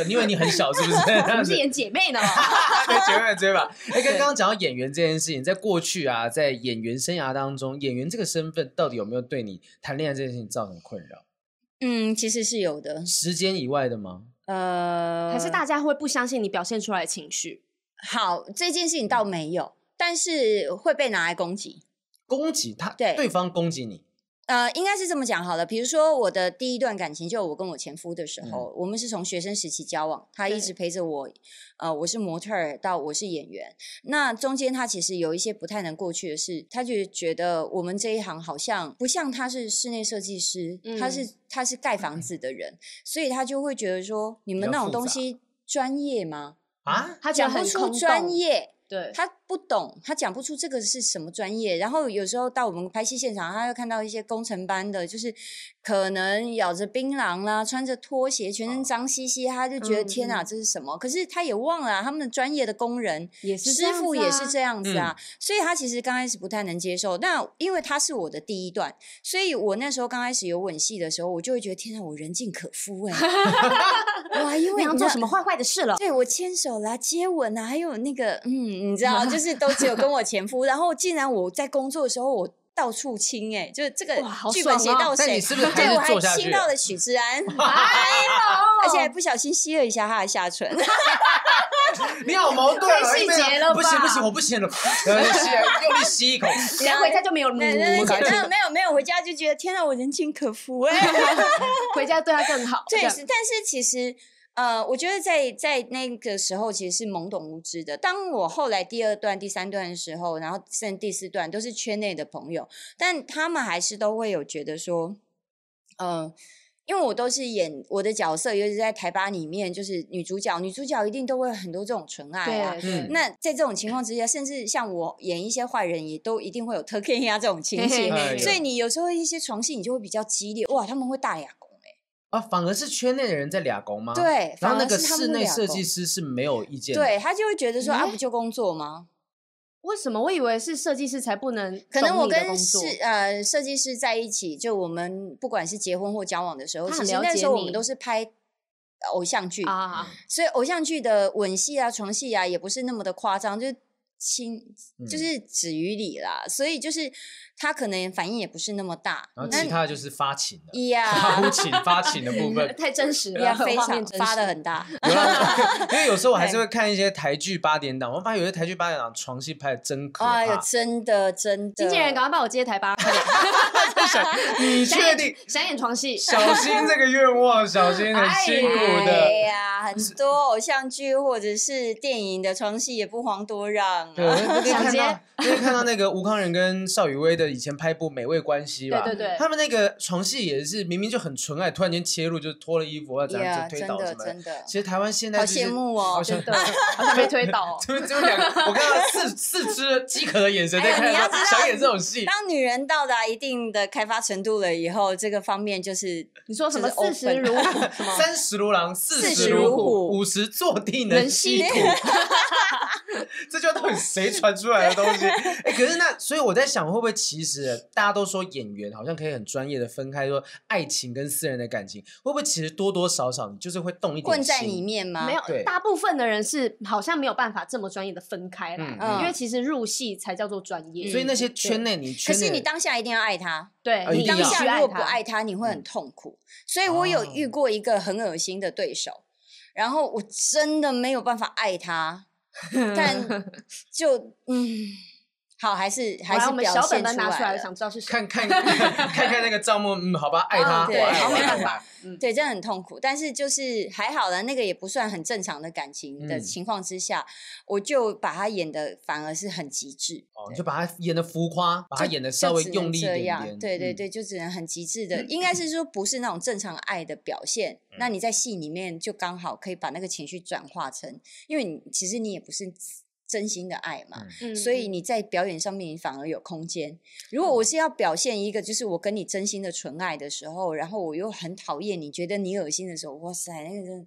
B: 很小，是不是？
C: 我们是演姐妹呢。
B: 对，姐妹们追吧。哎，刚刚讲到演员这件事情，在过去啊，在演员生涯当中，演员这个身份到底有没有对你谈恋爱这件事情造成困扰？
A: 嗯，其实是有的。
B: 时间以外的吗？
A: 呃，
C: 还是大家会不相信你表现出来的情绪？
A: 好，这件事情倒没有，但是会被拿来攻击。
B: 攻击他，
A: 对，
B: 对方攻击你。
A: 呃，应该是这么讲好了。比如说我的第一段感情，就我跟我前夫的时候，嗯、我们是从学生时期交往，他一直陪着我，呃，我是模特儿到我是演员。那中间他其实有一些不太能过去的事，他就觉得我们这一行好像不像他是室内设计师，嗯、他是他是盖房子的人，嗯、所以他就会觉得说，你们那种东西专业吗？
B: 啊，
C: 他
A: 讲不出专业。
C: 对，
A: 他不懂，他讲不出这个是什么专业。然后有时候到我们拍戏现场，他会看到一些工程班的，就是可能咬着槟榔啦，穿着拖鞋，全身脏兮兮，他就觉得、嗯、天哪，这是什么？可是他也忘了、啊，他们的专业的工人
C: 也是、啊、
A: 师傅也是这样子啊、
B: 嗯，
A: 所以他其实刚开始不太能接受。那因为他是我的第一段，所以我那时候刚开始有吻戏的时候，我就会觉得天哪，我人尽可夫哎、欸，哇，因为
C: 你要做什么坏坏的事了？
A: 对，我牵手啦、接吻啊，还有那个嗯，你知道，就是都只有跟我前夫，然后竟然我在工作的时候我到处亲哎、欸，就是这个剧本写到谁？
B: 是不是
A: 对，我还亲到了许志安，而且还不小心吸了一下他的下唇。
B: 你好矛盾啊！
C: 太细节了吧？
B: 不行不行，我不行了，用力吸一口，
C: 然后回家就没有
A: 没有没有没有回家就觉得天哪，我人尽可夫哎、欸，
C: 回家对他更好。
A: 对，但是其实。呃，我觉得在在那个时候其实是懵懂无知的。当我后来第二段、第三段的时候，然后甚至第四段都是圈内的朋友，但他们还是都会有觉得说，呃，因为我都是演我的角色，尤其是在台八里面，就是女主角，女主角一定都会有很多这种纯爱啊。
C: 对对。
A: 那在这种情况之下，甚至像我演一些坏人，也都一定会有特 K 呀这种情形，所以你有时候一些床戏你就会比较激烈，哇，他们会大哑。
B: 啊，反而是圈内的人在俩工吗？
A: 对，
B: 然后那个室内设计师是没有意见的。
A: 对，他就会觉得说、嗯、啊，不就工作吗？
C: 为什么？我以为是设计师才不能。
A: 可能我跟是呃设计师在一起，就我们不管是结婚或交往的时候，其实那时候我们都是拍偶像剧啊，所以偶像剧的吻戏啊、床戏啊，也不是那么的夸张，就轻，就是止于理啦。嗯、所以就是他可能反应也不是那么大，
B: 然后其他的就是发情的，
A: 呀，
B: 发情发情的部分
C: 太真实了，
A: 非常发的很大。
B: 因为有时候我还是会看一些台剧八点档，我发现有些台剧八点档床戏拍的真可怕，
A: 哎呦，真的真的。
C: 经纪人赶快帮我接台八，快点！
B: 你确定
C: 想演床戏？
B: 小心这个愿望，小心很辛苦的。
A: 哎呀，很多偶像剧或者是电影的床戏也不遑多让、啊。
B: 对，我看到，因为看到那个吴康仁跟邵雨薇的以前拍部《美味关系》吧，
C: 对对对，
B: 他们那个床戏也是明明就很纯爱，突然间切入就脱了衣服要这样子推倒什么的。
A: 真的，
B: 其实台湾现在、就是、
A: 好羡慕哦，
C: 真的，好像被推倒。
B: 就就两个，我看到四四只饥渴的眼神在看他想演这种戏。
A: 当女人到达一定的开发程度了以后，这个方面就是
C: 你说什么四十如虎，
B: 三十如狼，四十如虎，五十坐地能吸土。这就到底谁传出来的东西？哎、欸，可是那，所以我在想，会不会其实大家都说演员好像可以很专业的分开说爱情跟私人的感情，会不会其实多多少少你就是会动一点心
A: 混在里面吗？
C: 没有，大部分的人是好像没有办法这么专业的分开来，嗯、因为其实入戏才叫做专业。
B: 所以那些圈内你圈内，
A: 可是你当下一定要爱他，
C: 对，
A: 你当下如果不爱他，你会很痛苦。所以我有遇过一个很恶心的对手，然后我真的没有办法爱他。但就嗯，好，还是还是表现出来了。
C: 小本本拿出来，想知道是谁。
B: 看看看看那个账目，嗯，好吧，爱他，
A: 对，
B: 好
A: 没办法，对，真的很痛苦。但是就是还好了，那个也不算很正常的感情的情况之下，我就把他演的反而是很极致。
B: 哦，你就把他演的浮夸，把他演的稍微用力一点点。
A: 对对对，就只能很极致的，应该是说不是那种正常爱的表现。那你在戏里面就刚好可以把那个情绪转化成，因为你其实你也不是真心的爱嘛，嗯、所以你在表演上面你反而有空间。如果我是要表现一个就是我跟你真心的纯爱的时候，然后我又很讨厌你，觉得你恶心的时候，哇塞，那个真的痛苦啊！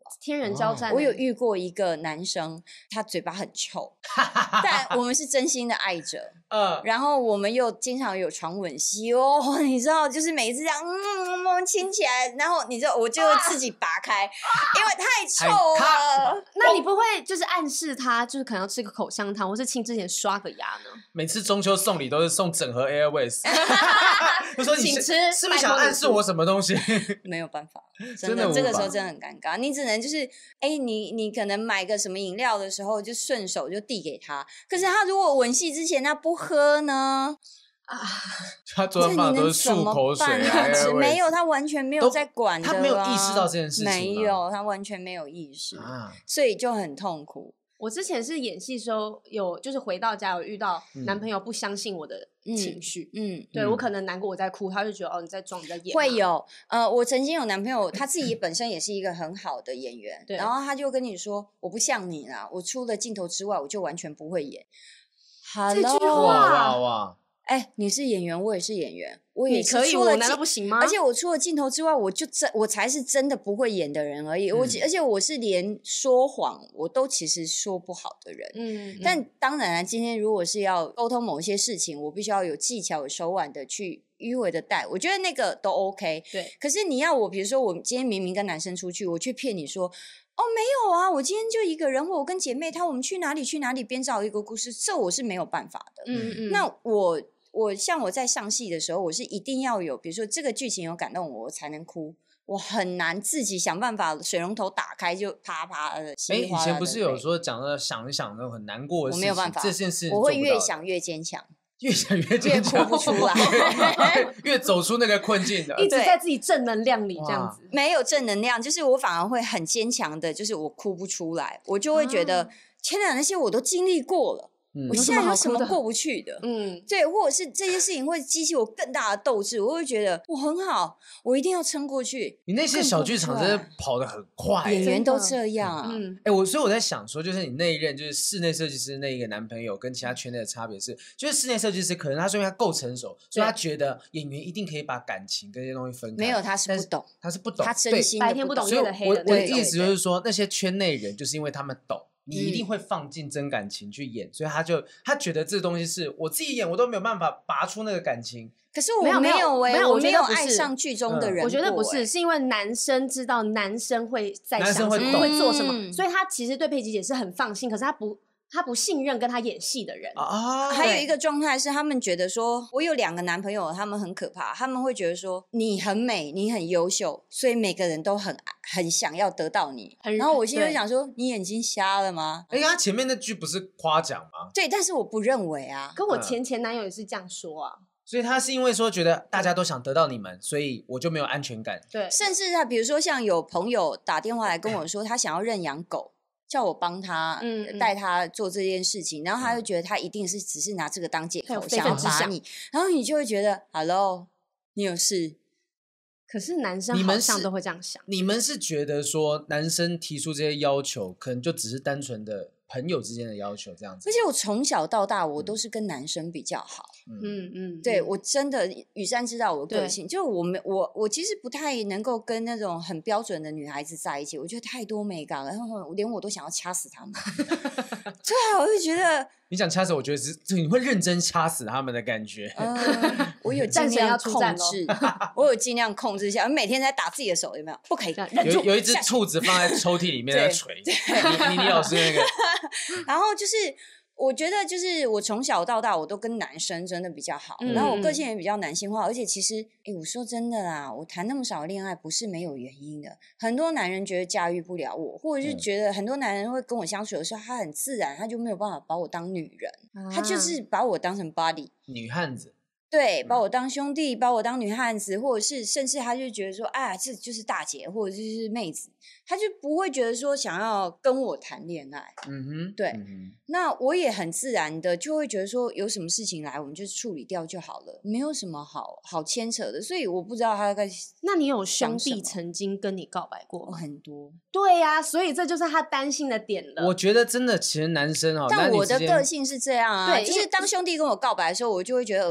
C: 天人交战、欸
A: 哦。我有遇过一个男生，他嘴巴很臭，但我们是真心的爱着。嗯，然后我们又经常有床吻戏哦，你知道，就是每一次这样，嗯，嗯亲起来，然后你就我就会自己拔开，因为太臭了。
C: 那你不会就是暗示他，就是可能要吃个口香糖，或是亲之前刷个牙呢？
B: 每次中秋送礼都是送整盒 Airways， 就说你
C: 请吃，
B: 是不是想暗示我什么东西？
A: 没有办法，真的，真的这个时候真的很尴尬，你只能就是，哎，你你可能买个什么饮料的时候，就顺手就递给他，可是他如果吻戏之前他不喝呢？啊，
B: 他昨天放的都是漱口水啊，
A: 没有，他完全没有在管的、啊，
B: 他没有意识到这件事情，
A: 没有，他完全没有意识，啊、所以就很痛苦。
C: 我之前是演戏的时候有，就是回到家有遇到男朋友不相信我的情绪，嗯，嗯对、嗯、我可能难过我在哭，他就觉得哦你在装你在演，
A: 会有，呃，我曾经有男朋友，他自己本身也是一个很好的演员，然后他就跟你说我不像你啦，我除了镜头之外我就完全不会演。
C: Hello? 这句话，
B: 哇哇哇！
A: 哎，你是演员，我也是演员，我也是
C: 你可以，我难道不行吗？
A: 而且我除了镜头之外，我就真我才是真的不会演的人而已。嗯、我而且我是连说谎我都其实说不好的人。嗯，嗯但当然啊，今天如果是要沟通某一些事情，我必须要有技巧、有手腕的去迂回的带，我觉得那个都 OK。
C: 对，
A: 可是你要我，比如说我今天明明跟男生出去，我却骗你说。哦，没有啊，我今天就一个人，我跟姐妹她，我们去哪里去哪里编造一个故事，这我是没有办法的。嗯嗯，那我我像我在上戏的时候，我是一定要有，比如说这个剧情有感动我，我才能哭。我很难自己想办法水龙头打开就啪啪的。哎，
B: 以前不是有说讲的想一想那种很难过的事情，
A: 我没有办法，
B: 这件事
A: 我会越想越坚强。
B: 越想越坚强，
A: 越哭不出来，
B: 越走出那个困境的，
C: 一直在自己正能量里这样子。
A: 没有正能量，就是我反而会很坚强的，就是我哭不出来，我就会觉得、啊、天哪，那些我都经历过了。嗯、我现在有什么过不去的？嗯，对，或者是这些事情会激起我更大的斗志，我会觉得我很好，我一定要撑过去。
B: 你那些小剧场真的跑得很快，
A: 演员都这样啊。
B: 嗯，哎、欸，我所以我在想说，就是你那一任就是室内设计师那一个男朋友，跟其他圈内的差别是，就是室内设计师可能他说明他够成熟，所以他觉得演员一定可以把感情跟这些东西分开。
A: 没有，他是不懂，
B: 他是不懂，
A: 他真心的
C: 白天不懂，
B: 夜
C: 的黑的。
B: 我的意思就是说，那些圈内人就是因为他们懂。你一定会放进真感情去演、嗯、所以他就他觉得这东西是我自己演我都没有办法拔出那个感情。
A: 可是我没有没有、欸、我没有爱上剧中的人、
C: 嗯、我觉得不是，是因为男生知道男生会在想什么，
B: 会,
C: 会做什么、嗯、所以他其实对佩琪姐是很放心，可是他不他不信任跟他演戏的人
A: 啊。还有一个状态是他们觉得说，我有两个男朋友，他们很可怕，他们会觉得说你很美，你很优秀，所以每个人都很很想要得到你。然后我心里会想说，你眼睛瞎了吗？
B: 哎、欸，他前面那句不是夸奖吗？
A: 对，但是我不认为啊。
C: 跟我前前男友也是这样说啊。
B: 所以他是因为说觉得大家都想得到你们，所以我就没有安全感。
C: 对，
A: 甚至他比如说像有朋友打电话来跟我说，他想要认养狗。叫我帮他带他做这件事情、嗯、然后他就觉得他一定是只是拿这个当借口想要把你，然后你就会觉得 Hello 你有事。
C: 可是男生好像都会这样想。
B: 你们是觉得说男生提出这些要求可能就只是单纯的朋友之间的要求这样子？
A: 而且我从小到大我都是跟男生比较好。嗯嗯，对，我真的雨珊知道我的个性，就我们我我其实不太能够跟那种很标准的女孩子在一起，我觉得太多美感了，然后连我都想要掐死他们。对啊，我就觉得
B: 你想掐死，我觉得是你会认真掐死他们的感觉。
A: 嗯，我有尽量控制，我有尽量控制一下，我每天在打自己的手，有没有？不可以忍住。
B: 有有一只兔子放在抽屉里面在捶，你你老师那个。
A: 然后就是。我觉得就是我从小到大我都跟男生真的比较好、嗯、然后我个性也比较男性化，而且其实诶我说真的啦，我谈那么少恋爱不是没有原因的。很多男人觉得驾驭不了我，或者是觉得很多男人会跟我相处的时候他很自然，他就没有办法把我当女人、啊、他就是把我当成 body
B: 女汉子，
A: 对，把我当兄弟，把我当女汉子，或者是甚至他就觉得说啊这就是大姐或者就是妹子，他就不会觉得说想要跟我谈恋爱。嗯哼，对、嗯哼，那我也很自然的就会觉得说有什么事情来我们就处理掉就好了，没有什么好好牵扯的。所以我不知道他该。
C: 那你有兄弟曾经跟你告白过吗？
A: 很多。
C: 对呀、啊，所以这就是他担心的点了。
B: 我觉得真的其实男生哦，
A: 但我的个性是这样啊，对，就是当兄弟跟我告白的时候我就会觉得恶心，然后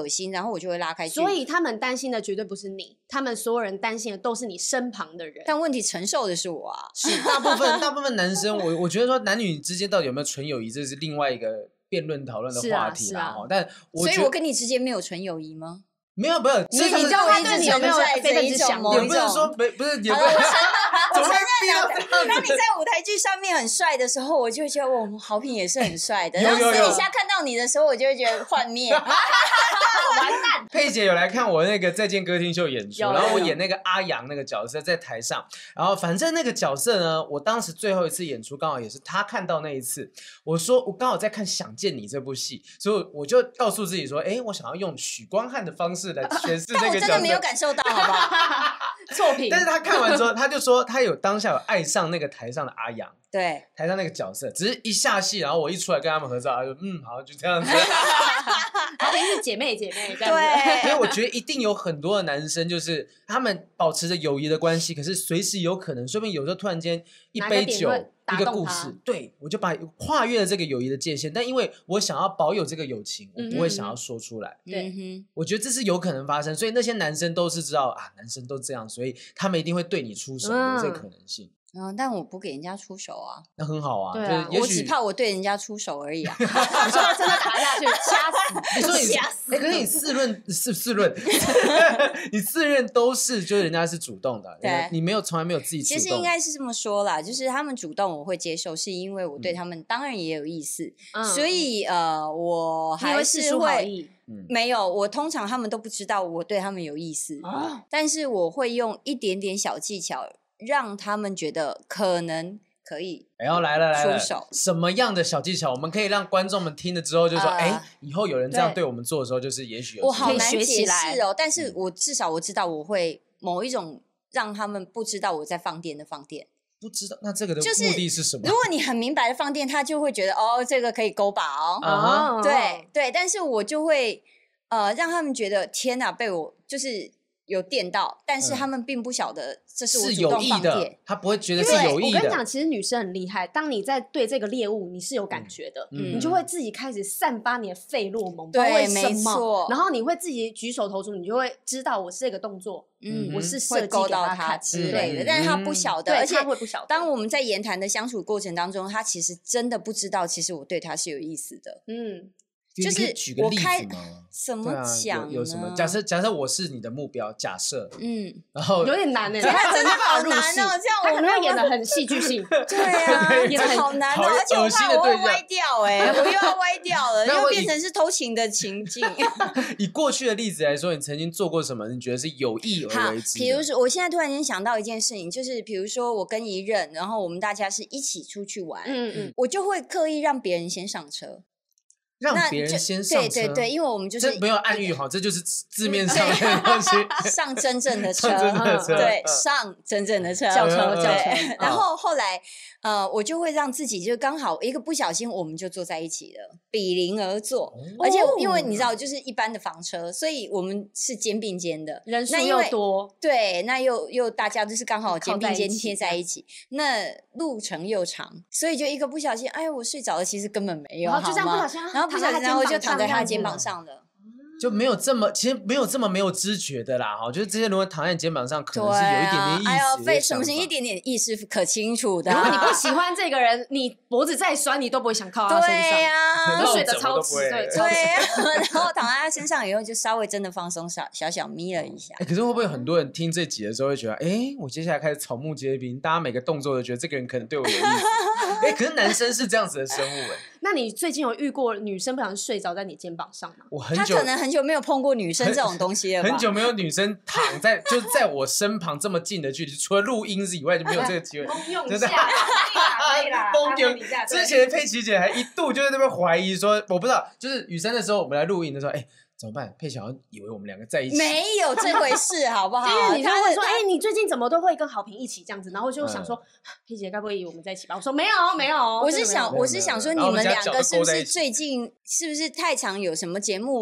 A: 后我就会拉开距
C: 离。所以他们担心的绝对不是你，他们所有人担心的都是你身旁的人。
A: 但问题承受的是我啊。
B: 是大部分大部分男生，我我觉得说男女之间到底有没有纯友谊，这是另外一个辩论讨论的话题啦。啊啊、但我
A: 所以我跟你之间没有纯友谊吗？
B: 没有，没有，
A: 所以你知道他对你有没有非分之想？
B: 也不是说没，不是，也不是。
A: 我承认了，当你在舞台剧上面很帅的时候，我就会觉得我豪平也是很帅的。然后私底下看到你的时候，我就会觉得幻灭。
C: 完蛋！
B: 佩姐有来看我那个再见歌厅秀演出，然后我演那个阿阳那个角色在台上，然后反正那个角色呢，我当时最后一次演出刚好也是他看到那一次，我说我刚好在看《想见你》这部戏，所以我就告诉自己说，哎，我想要用许光汉的方式来诠释这个角色。但
A: 我真的没有感受到，好不好？
C: 作品。
B: 但是他看完之后，他就说他有当下有爱上那个台上的阿阳。
A: 对，
B: 台上那个角色，只是一下戏，然后我一出来跟他们合照，他就嗯好，就这样子。
C: 好像是姐妹姐妹这样子。
A: 对，
B: 所以我觉得一定有很多的男生，就是他们保持着友谊的关系，可是随时有可能，说不定有时候突然间一杯酒一个故事，对我就把跨越了这个友谊的界限，但因为我想要保有这个友情，我不会想要说出来。
C: 对、
A: 嗯，
B: 我觉得这是有可能发生，所以那些男生都是知道啊，男生都这样，所以他们一定会对你出手，有这个可能性。
A: 嗯，但我不给人家出手啊，
B: 那很好啊。
C: 对啊，
B: 就是、
A: 我只怕我对人家出手而已啊。
C: 你说真的打下去，掐死，
B: 你说你
C: 掐死。
B: 哎，可是你四论是四论，你四任都是，就是人家是主动的，
A: 对，
B: 你没有从来没有自己主动。
A: 其实应该是这么说啦，就是他们主动我会接受，是因为我对他们当然也有意思，嗯、所以呃，我还是会。
B: 嗯、
A: 没有，我通常他们都不知道我对他们有意思，啊、但是我会用一点点小技巧，让他们觉得可能可以。
B: 哎呦，来了来了，
A: 出手
B: 什么样的小技巧，我们可以让观众们听了之后就说，哎、呃，以后有人这样对我们做的时候，就是也许有
A: 我好难解释哦，但是我至少我知道我会某一种让他们不知道我在放电的放电。
B: 不知道，那这个的目的是什么？
A: 就是、如果你很明白的放电，他就会觉得哦，这个可以勾把哦。
B: Uh-huh.
A: 对对，但是我就会呃让他们觉得天哪，被我就是有电到，但是他们并不晓得这是我主动放电，
B: 的他不会觉得是有意的。
C: 我跟你讲，其实女生很厉害，当你在对这个猎物你是有感觉的，嗯、你就会自己开始散发你的费洛蒙，
A: 对，
C: 为什么
A: 没错。
C: 然后你会自己举手投足，你就会知道我是这个动作。嗯，我是设计给他看
A: 之类的，但是他不晓得，
C: 嗯、
A: 而且
C: 他会不晓得。
A: 当我们在言谈的相处过程当中，他其实真的不知道，其实我对他是有意思的。
C: 嗯，
B: 就是举个例子吗？
A: 怎么讲、啊、
B: 有, 有什么？假设假设我是你的目标，假设，
A: 嗯，
B: 然后
C: 有点难哎、
A: 欸，他真的好难哦，这样
C: 我可能会演得很戏剧性。
A: 对啊，演得好难哦，而且我怕我会歪掉哎、欸，我又要歪掉了，又变成是偷情的情境。
B: 以过去的例子来说，你曾经做过什么？你觉得是有意而为之的？
A: 比如说，我现在突然间想到一件事情，就是比如说我跟一任，然后我们大家是一起出去玩，
C: 嗯嗯，
A: 我就会刻意让别人先上车。
B: 让别人先上车，
A: 对对对，因为我们就是
B: 这没有暗喻哈，这就是字面上的东西。
A: 上真正的车，
B: 上真正的车
A: 对，上真正的车，
C: 轿车轿车。
A: 然后后来呃，我就会让自己就刚好一个不小心，我们就坐在一起了，比邻而坐。而且因为你知道，就是一般的房车，所以我们是肩并肩的，
C: 人数又多，
A: 对，那又又大家就是刚好肩并肩贴在一起，那路程又长，所以就一个不小心，哎，我睡着了，其实根本没有，
C: 然后就这样不小心，
A: 然后不小心，然后就躺在他肩膀上了。
B: 就没有这么，其实没有这么没有知觉的啦，哈，就是这些如果躺在你肩膀上，可能是有一点点意思。
A: 哎呦，非什么是一点点意思可清楚的、啊。
C: 如果你不喜欢这个人，你脖子再酸，你都不会想靠他身上。
A: 对呀、
C: 啊，就睡得超直，对
A: 对呀、啊。然后躺在他身上以后，就稍微真的放松，小小小眯了一下。
B: 欸、可是会不会很多人听这集的时候会觉得，哎、欸，我接下来开始草木皆兵，大家每个动作都觉得这个人可能对我有意思。哎、欸，可是男生是这样子的生物、欸，哎。
C: 那你最近有遇过女生不小心睡着在你肩膀上吗？
B: 我很久，
A: 他可能很久没有碰过女生这种东西了吧。
B: 很久没有女生躺在就是在我身旁这么近的距离，除了录音以外就没有这个机会。
C: 公用一下，可以啦，
B: 公用。之前佩奇姐还一度就在那边怀疑说，我不知道，就是雨生的时候，我们来录音的时候，哎、欸。怎么办？佩奇好像以为我们两个在一起，
A: 没有这回事，好不好？
C: 因为你就会说，哎、欸，你最近怎么都会跟好评一起这样子，然后就想说，嗯、佩姐该不会以为我们在一起吧？我说没有，没有。我
A: 是想，我是想说，你们两个是不是最近是不是太常有什么节目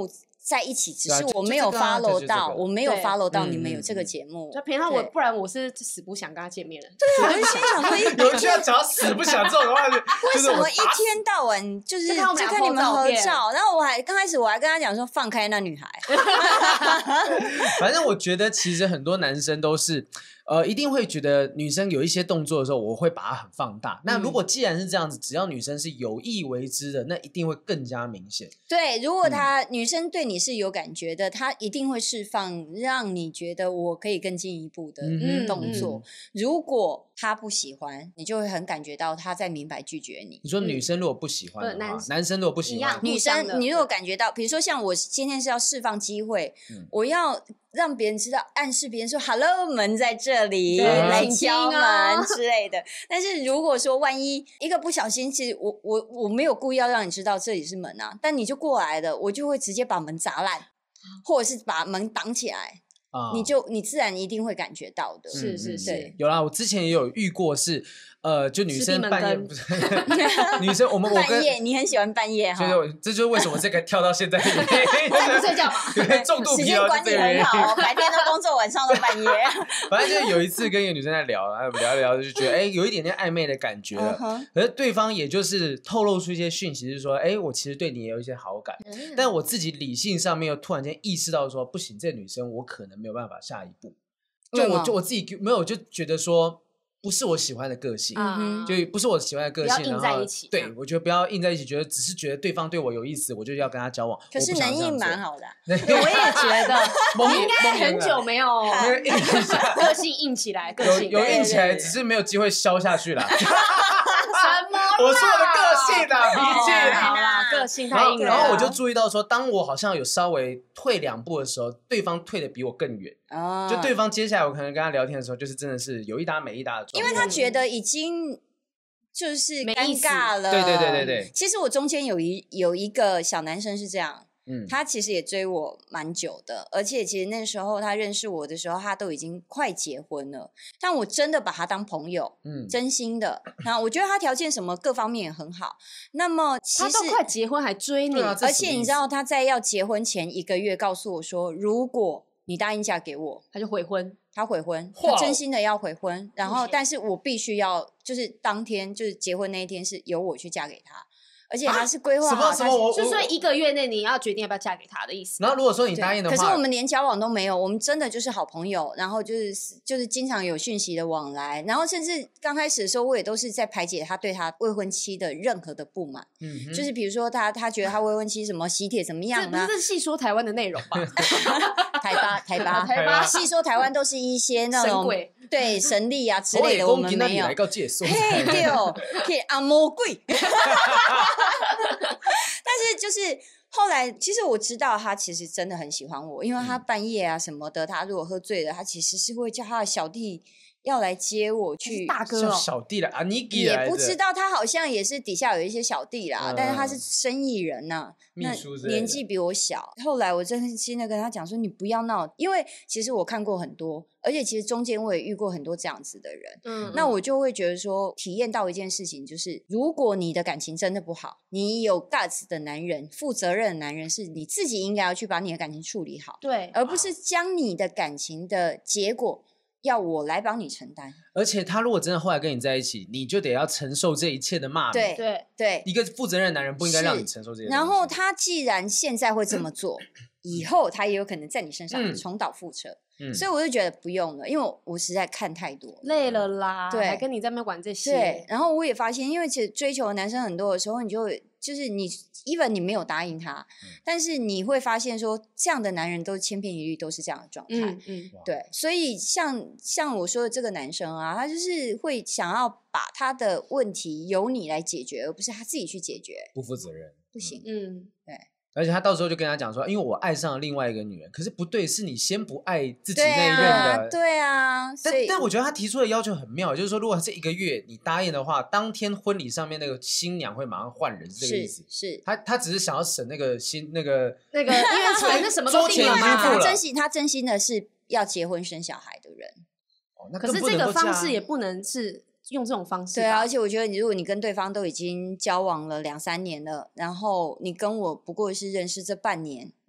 A: 在一起，只是我没有 follow 到，我没有 follow 到你们有这个节目。
C: 就平常我，不然我是死不想跟他见面的。
A: 对，我就心想说，
B: 有人就要讲死不想这种的话，
A: 为什么一天到晚就是就看你们合照？然后我还刚开始我还跟他讲说，放开那女孩。
B: 反正我觉得其实很多男生都是。呃，一定会觉得女生有一些动作的时候，我会把它很放大。那如果既然是这样子，只要女生是有意为之的，那一定会更加明显。
A: 对，如果她、嗯、女生对你是有感觉的，她一定会释放，让你觉得我可以更进一步的动作。嗯嗯、如果她不喜欢，你就会很感觉到她在明白拒绝你。
B: 你说女生如果不喜欢的话，嗯、男生如果不喜欢，
A: 女生你如果感觉到，比如说像我今天是要释放机会，嗯、我要。让别人知道，暗示别人说 “hello， 门在这里，来敲门”之类的。但是如果说万一一个不小心，其实我我我没有故意要让你知道这里是门啊，但你就过来了，我就会直接把门砸烂，或者是把门挡起来。哦、你就你自然一定会感觉到的，
C: 是是是，
B: 有啦，我之前也有遇过是，呃，就女生半夜不是女生，我们我跟
A: 半夜你很喜欢半夜哈，
B: 就是这就是为什么这个跳到现在，
C: 在不睡觉嘛，
B: 重度
A: 疲劳，时间管理很好，白天都工作，晚上都半夜。
B: 反正就有一次跟一个女生在聊，然后聊一聊就觉得哎、欸、有一点点暧昧的感觉了， uh-huh. 可是对方也就是透露出一些讯息，是说哎、欸、我其实对你也有一些好感，嗯、但我自己理性上面又突然间意识到说不行，这个女生我可能没有办法下一步。就我就我自己没有，就觉得说不是我喜欢的个性，嗯、就不是我喜欢的个性，
C: 不要硬在一起。
B: 对，我觉得不要硬在一起，觉得只是觉得对方对我有意思，我就要跟他交往。
A: 可是能硬蛮好的、啊，
C: 我也觉得，你应该很久没有
B: 硬一下，
C: 个性硬起来，个性
B: 有有硬起来，只是没有机会消下去啦。
C: 什么？
B: 我说我的个性啦，脾气
C: 啦，个性太硬了。
B: 然后我就注意到说，当我好像有稍微退两步的时候，对方退的比我更远。哦、就对方接下来我可能跟他聊天的时候，就是真的是有一搭没一搭的状态，
A: 因为他觉得已经就是尴尬了。
B: 对对对对对。
A: 其实我中间有一有一个小男生是这样。嗯，他其实也追我蛮久的，而且其实那时候他认识我的时候，他都已经快结婚了。但我真的把他当朋友，嗯，真心的。那我觉得他条件什么各方面也很好。那么其实
C: 他都快结婚还追你，
A: 啊、而且你知道他在要结婚前一个月告诉我说，如果你答应嫁给我，
C: 他就悔婚。
A: 他悔婚，他真心的要悔婚。然后，但是我必须要，就是当天就是结婚那一天是由我去嫁给他。而且他是规划好、啊，
B: 什么什么，
C: 就说一个月内你要决定要不要嫁给他的意思。
B: 然后如果说你答应的话，
A: 可是我们连交往都没有，我们真的就是好朋友，然后就是就是经常有讯息的往来，然后甚至刚开始的时候，我也都是在排解他对他未婚妻的任何的不满，嗯，就是比如说他他觉得他未婚妻什么喜帖怎么样呢？
C: 这不是细说台湾的内容吧？
A: 台巴台巴
C: 台巴，
A: 细说台湾都是一些那种
C: 神
A: 对神力啊之类的，我们没有。
B: 嘿，
A: 对哦，可以啊，魔鬼。但是就是后来，其实我知道他其实真的很喜欢我，因为他半夜啊什么的，他如果喝醉了，他其实是会叫他的小弟要来接我去。
C: 大哥、哦、
B: 小弟来，阿尼基
A: 也不知道，他好像也是底下有一些小弟啦，嗯、但是他是生意人呐、啊，
B: 秘书
A: 那年纪比我小。后来我真心的跟他讲说，你不要闹，因为其实我看过很多。而且其实中间我也遇过很多这样子的人，嗯，那我就会觉得说，体验到一件事情，就是如果你的感情真的不好，你有 guts 的男人，负责任的男人，是你自己应该要去把你的感情处理好，
C: 对，
A: 而不是将你的感情的结果要我来帮你承担。
B: 而且他如果真的后来跟你在一起，你就得要承受这一切的骂名。
A: 对
C: 对
A: 对，
B: 一个负责任的男人不应该让你承受这些。
A: 然后他既然现在会这么做，以后他也有可能在你身上重蹈覆辙。嗯，所以我就觉得不用了，因为 我, 我实在看太多了，
C: 累了啦，
A: 对，
C: 还跟你在那边玩这些。
A: 对，然后我也发现，因为其实追求的男生很多的时候，你就就是你 even 你没有答应他、嗯，但是你会发现说，这样的男人都千篇一律都是这样的状态。嗯嗯，对，所以像像我说的这个男生啊，他就是会想要把他的问题由你来解决，而不是他自己去解决，
B: 不负责任，
A: 不行。
C: 嗯，
A: 对。
B: 而且他到时候就跟他讲说，因为我爱上了另外一个女人，可是不对，是你先不爱自己那一任的。
A: 对啊，
B: 但但我觉得他提出的要求很妙，就是说，如果这一个月你答应的话，当天婚礼上面那个新娘会马上换人，是这个意思。
A: 是，是
B: 他他只是想要省那个新那个
C: 那个，因为反正什么都定了嘛。
A: 他真心他真心的是要结婚生小孩的人。
B: 哦，那
C: 可是这个方式也不能是用这种方式。
A: 对啊，而且我觉得你如果你跟对方都已经交往了两三年了，然后你跟我不过是认识这半年，嗯、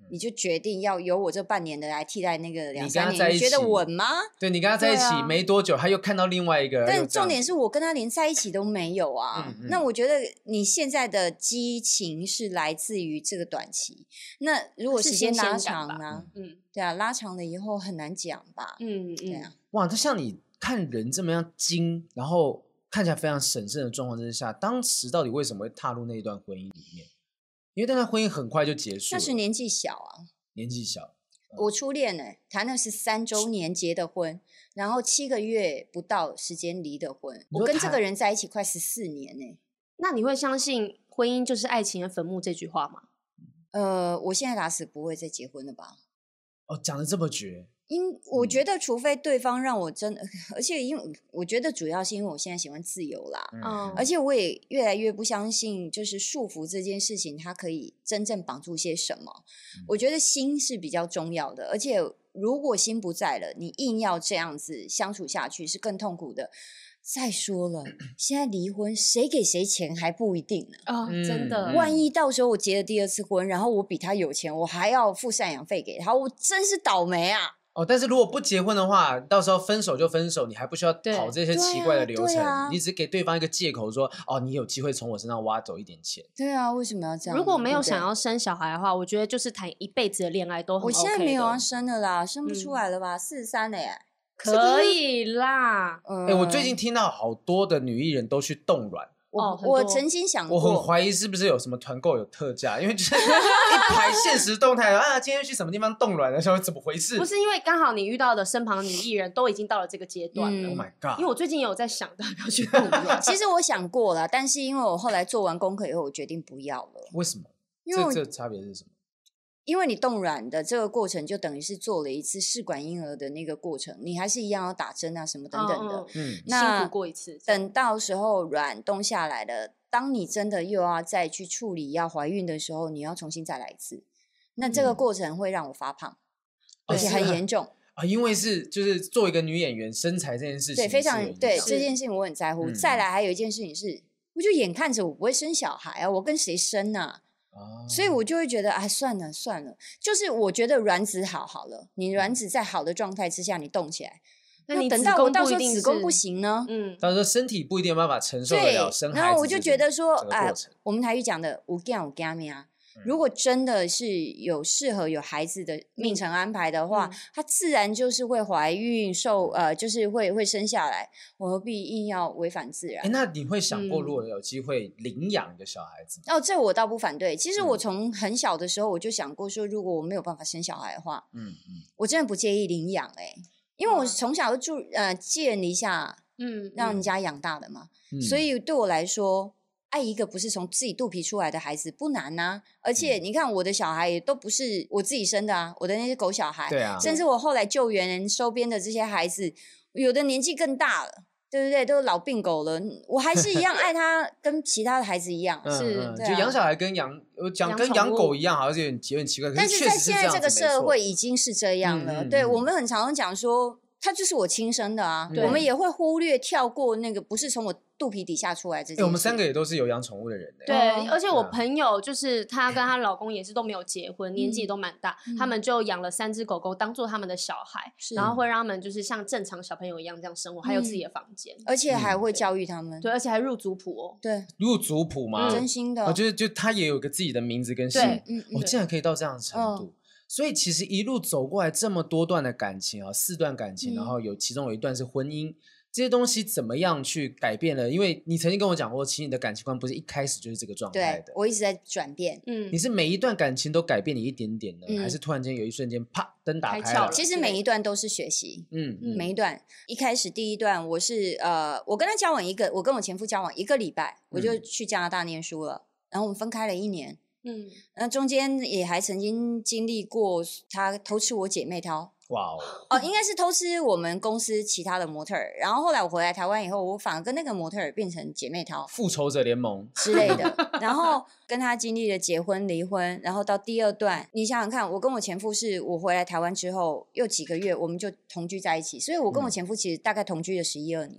A: 你就决定要由我这半年的来替代那个两三年，
B: 你
A: 你觉得稳吗？
B: 对，你跟他在一起、啊、没多久，他又看到另外一个，
A: 但重点是我跟他连在一起都没有啊。嗯嗯那我觉得你现在的激情是来自于这个短期，那如果时间拉长呢？嗯，对啊，拉长了以后很难讲吧。嗯嗯，对啊。
B: 哇，那像你看人这么样精，然后看起来非常审慎的状况之下，当时到底为什么会踏入那一段婚姻里面？因为但他婚姻很快就结束了。
A: 那是年纪小啊，
B: 年纪小。
A: 嗯、我初恋呢、欸，谈的是三周年结的婚，然后七个月不到时间离的婚。我跟这个人在一起快十四年呢、欸。
C: 那你会相信婚姻就是爱情的坟墓这句话吗？
A: 呃，我现在打死不会再结婚了吧？
B: 哦，讲得这么绝。
A: 因我觉得，除非对方让我真的，而且因为我觉得主要是因为我现在喜欢自由啦，嗯，而且我也越来越不相信，就是束缚这件事情，它可以真正绑住些什么。嗯、我觉得心是比较重要的，而且如果心不在了，你硬要这样子相处下去是更痛苦的。再说了，现在离婚谁给谁钱还不一定呢。
C: 哦，真的，
A: 万一到时候我结了第二次婚，然后我比他有钱，我还要付赡养费给他，我真是倒霉啊！
B: 哦，但是如果不结婚的话，到时候分手就分手，你还不需要跑这些奇怪的流程，啊啊、你只给对方一个借口说，哦，你有机会从我身上挖走一点钱。
A: 对啊，为什么要这样？
C: 如果没有想要生小孩的话，我觉得就是谈一辈子的恋爱都很 OK 的。
A: 我现在没有要生的啦，生不出来了吧？四十三了耶。
C: 可以啦。
B: 哎、欸，我最近听到好多的女艺人都去冻卵。
A: 哦，我曾经想过，
B: 我很怀疑是不是有什么团购有特价，因为就是一排现实动态啊，今天去什么地方冻卵的时候怎么回事？
C: 不是因为刚好你遇到的身旁的女艺人都已经到了这个阶段了。
B: 嗯、Oh my god！
C: 因为我最近也有在想到要去冻卵。
A: 其实我想过了，但是因为我后来做完功课以后，我决定不要了。
B: 为什么？
A: 因为
B: 这这差别是什么？
A: 因为你冻卵的这个过程，就等于是做了一次试管婴儿的那个过程，你还是一样要打针啊什么等等的。
C: 嗯，那辛苦过一次。
A: 等到时候卵冻下来了，当你真的又要再去处理要怀孕的时候，你要重新再来一次。那这个过程会让我发胖，嗯、而且很严重。
B: 啊，因为是就是做一个女演员，身材这件事情
A: 对非常对这件事情我很在乎。嗯、再来还有一件事情是，我就眼看着我不会生小孩啊，我跟谁生啊？所以我就会觉得，哎，算了算了，就是我觉得卵子好好了，你卵子在好的状态之下，你动起来，
C: 那你
A: 等到我到时候子宫不行呢？
B: 嗯，到时候身体不一定有办法承受得了生孩子。
A: 然后我就觉得说，
B: 哎、
A: 呃，我们台语讲的有囝有囝命啊。如果真的是有适合有孩子的命程安排的话，嗯、他自然就是会怀孕受呃，就是会会生下来，我何必硬要违反自然？
B: 哎，那你会想过，如果有机会领养一个小孩子、
A: 嗯？哦，这我倒不反对。其实我从很小的时候我就想过说，如果我没有办法生小孩的话，嗯嗯，我真的不介意领养哎、欸，因为我从小就住呃寄人篱下，嗯，让人家养大的嘛，嗯、所以对我来说。爱一个不是从自己肚皮出来的孩子不难啊，而且你看我的小孩也都不是我自己生的啊，我的那些狗小孩，
B: 对啊，
A: 甚至我后来救援收编的这些孩子，有的年纪更大了，对不对？都老病狗了，我还是一样爱他，跟其他的孩子一样，
B: 嗯、
A: 是、
B: 嗯，就养小孩跟养讲跟养狗一样，好像有点有点奇怪，可是
A: 但是在现在这个社会
B: 已
A: 经是这样了，嗯嗯、对我们很常常讲说。他就是我亲生的啊，我们也会忽略跳过那个不是从我肚皮底下出来这件事、欸。
B: 我们三个也都是有养宠物的人、欸。
C: 对，而且我朋友就是她跟她老公也是都没有结婚，嗯、年纪都蛮大，嗯、他们就养了三只狗狗当做他们的小孩，然后会让他们就是像正常小朋友一样这样生活，还有自己的房间、嗯，
A: 而且还会教育他们。
C: 对，而且还入族谱哦。
A: 对，
B: 入族谱吗？
A: 嗯、真心的。
B: 我觉得就他也有个自己的名字跟姓，我、哦、竟然可以到这样的程度。嗯所以其实一路走过来这么多段的感情啊，四段感情，嗯、然后有其中有一段是婚姻，这些东西怎么样去改变了？因为你曾经跟我讲过，其实你的感情观不是一开始就是这个状态的。
A: 对，我一直在转变。
B: 嗯，你是每一段感情都改变你一点点呢，嗯、还是突然间有一瞬间啪灯打开了？
A: 其实每一段都是学习。嗯，每一段一开始第一段我是呃，我跟他交往一个，我跟我前夫交往一个礼拜，我就去加拿大念书了，然后我们分开了一年。嗯，那中间也还曾经经历过他偷吃我姐妹淘，哇哦，哦，应该是偷吃我们公司其他的模特儿，然后后来我回来台湾以后，我反而跟那个模特儿变成姐妹淘，
B: 复仇者联盟
A: 之类的，然后跟他经历了结婚、离婚，然后到第二段，你想想看，我跟我前夫是我回来台湾之后又几个月，我们就同居在一起，所以我跟我前夫其实大概同居了十一二年。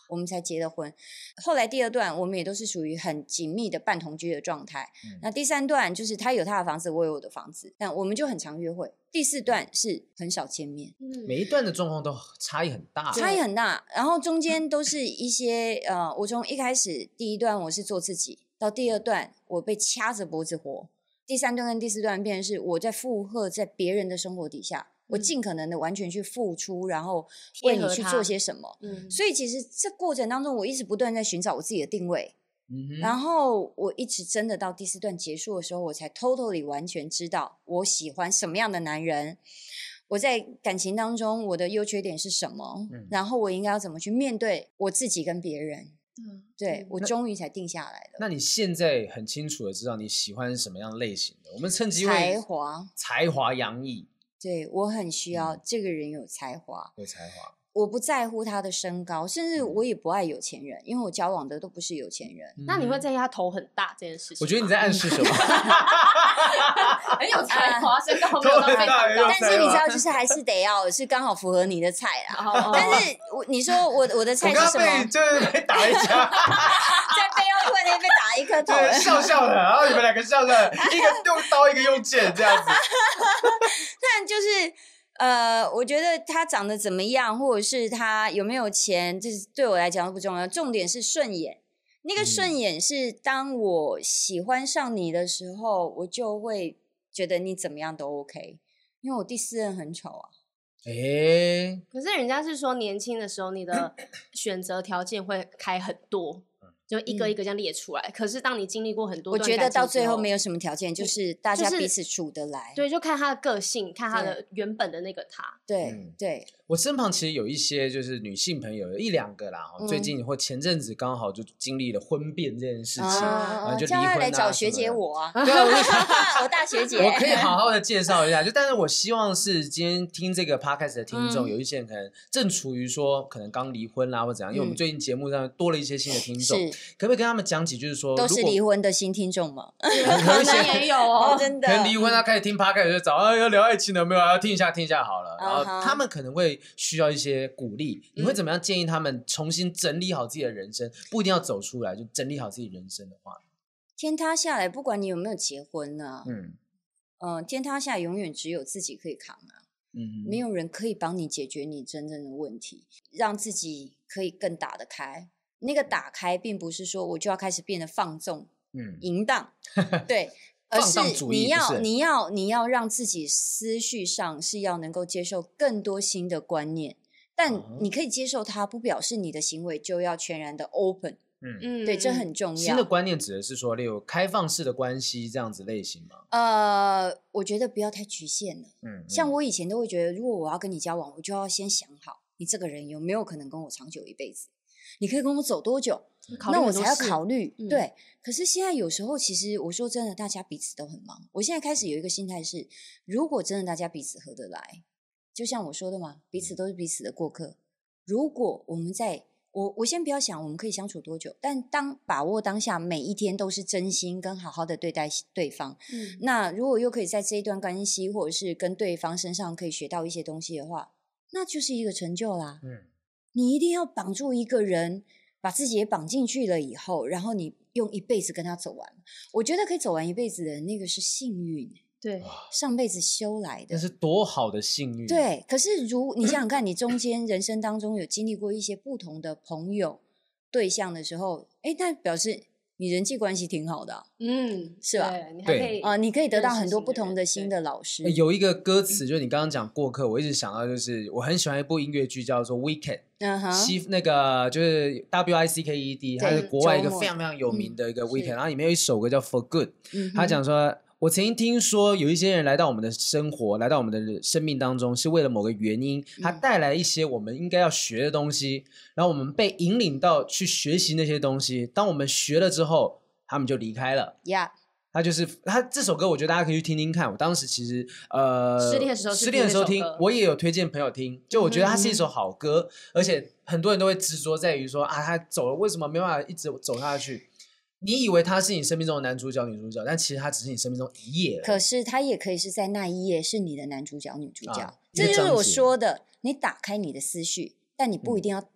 A: 我们才结的婚。后来第二段我们也都是属于很紧密的半同居的状态、嗯、那第三段就是他有他的房子，我有我的房子，但我们就很常约会。第四段是很少见面、
B: 嗯、每一段的状况都差异很大，
A: 差异很大，然后中间都是一些呃，我从一开始第一段我是做自己，到第二段我被掐着脖子活，第三段跟第四段变成是我在负荷在别人的生活底下，我尽可能的完全去付出，然后为你去做些什么、嗯、所以其实这过程当中我一直不断在寻找我自己的定位、嗯、然后我一直真的到第四段结束的时候，我才 totally 完全知道我喜欢什么样的男人，我在感情当中我的优缺点是什么、嗯、然后我应该要怎么去面对我自己跟别人。嗯，对，我终于才定下来了。
B: 那你现在很清楚的知道你喜欢什么样类型的？我们趁机会
A: 才华，
B: 才华洋溢。
A: 对，我很需要这个人有才华，
B: 有才华。
A: 我不在乎他的身高，甚至我也不爱有钱人，因为我交往的都不是有钱人。
C: 嗯、那你会在意他头很大这件事情？
B: 我觉得你在暗示什么？
C: 很有才华，身高没有到非常高，
A: 但是你知道，就是还是得要是刚好符合你的菜啦。但是我你说我我的菜是什么？
B: 我刚刚被就是被打一枪，
A: 在背后突然间被打一颗头，
B: 对，笑笑的，然后你们两个笑笑的，一个用刀，一个用剑，这样子。
A: 但就是呃，我觉得他长得怎么样，或者是他有没有钱，这对我来讲都不重要，重点是顺眼。那个顺眼是当我喜欢上你的时候，我就会觉得你怎么样都 OK， 因为我第四任很丑啊。
B: 诶，
C: 可是人家是说年轻的时候你的选择条件会开很多，就一个一个这样列出来、嗯、可是当你经历过很多段感情之后，
A: 我觉得到最后没有什么条件，就是大家彼此处得来、
C: 就是、对，就看他的个性，看他的原本的那个他。
A: 对、
B: 嗯、
A: 对，
B: 我身旁其实有一些就是女性朋友，有一两个啦、嗯、最近或前阵子刚好就经历了婚变这件事情、啊、就离婚啊，
A: 叫他来找学姐我啊。
B: 对啊，我就
A: 我大学姐，
B: 我可以好好的介绍一下，就但是我希望是今天听这个 podcast 的听众、嗯、有一些人可能正处于说可能刚离婚啦或怎样、嗯、因为我们最近节目上多了一些新的听众，可不可以跟他们讲几，就是说
A: 都是离婚的新听众吗？
C: 可能也有哦，
A: 真的。
B: 可能离婚他开始听 podcast 就找啊要聊爱情了没有，要听一下听一下好了，然后他们可能会需要一些鼓励，你会怎么样建议他们重新整理好自己的人生？不一定要走出来，就整理好自己人生的话，
A: 天塌下来，不管你有没有结婚呢、啊，嗯，呃，天塌下来永远只有自己可以扛啊，嗯，没有人可以帮你解决你真正的问题，让自己可以更打得开。那个打开，并不是说我就要开始变得放纵、嗯，淫荡，对。而是你要你要你要让自己思绪上是要能够接受更多新的观念，但你可以接受它，不表示你的行为就要全然的 open。嗯，对，这很重要。
B: 新的观念指的是说，例如开放式的关系这样子类型吗？
A: 呃，我觉得不要太局限了。嗯，像我以前都会觉得，如果我要跟你交往，我就要先想好，你这个人有没有可能跟我长久一辈子？你可以跟我走多久？那我才要考虑、嗯、对。可是现在有时候其实我说真的，大家彼此都很忙。我现在开始有一个心态是，如果真的大家彼此合得来，就像我说的嘛，彼此都是彼此的过客。如果我们在我我先不要想我们可以相处多久，但当把握当下每一天都是真心跟好好的对待对方、嗯、那如果又可以在这一段关系或者是跟对方身上可以学到一些东西的话，那就是一个成就啦。嗯，你一定要绑住一个人，把自己也绑进去了以后，然后你用一辈子跟他走完。我觉得可以走完一辈子的那个是幸运，
C: 对，
A: 上辈子修来的，
B: 那是多好的幸运。
A: 对，可是如你想想看，你中间人生当中有经历过一些不同的朋友对象的时候，哎，那表示你人际关系挺好的、啊，嗯，是吧？
C: 对，你还可以
A: 啊、呃，你可以得到很多不同的新的老师。
B: 有一个歌词，就是你刚刚讲过客，我一直想到就是我很喜欢一部音乐剧叫做《Weekend》，嗯哼，西那个就是 W I C K E D， 它是国外一个非常非常有名的一个 Weekend，、嗯、然后里面有一首歌叫《For Good》，嗯，他讲说。我曾经听说有一些人来到我们的生活，来到我们的生命当中，是为了某个原因，他带来一些我们应该要学的东西，然后我们被引领到去学习那些东西。当我们学了之后，他们就离开了。
A: Yeah，
B: 他就是他这首歌，我觉得大家可以去听听看。我当时其实呃
C: 失恋的时候，
B: 失恋的时候听，我也有推荐朋友听。就我觉得它是一首好歌，嗯、而且很多人都会执着在于说啊，他走了，为什么没办法一直走下去？你以为他是你生命中的男主角女主角，但其实他只是你生命中一页。
A: 可是他也可以是在那一页是你的男主角女主角、啊、这就是我说的，你打开你的思绪，但你不一定要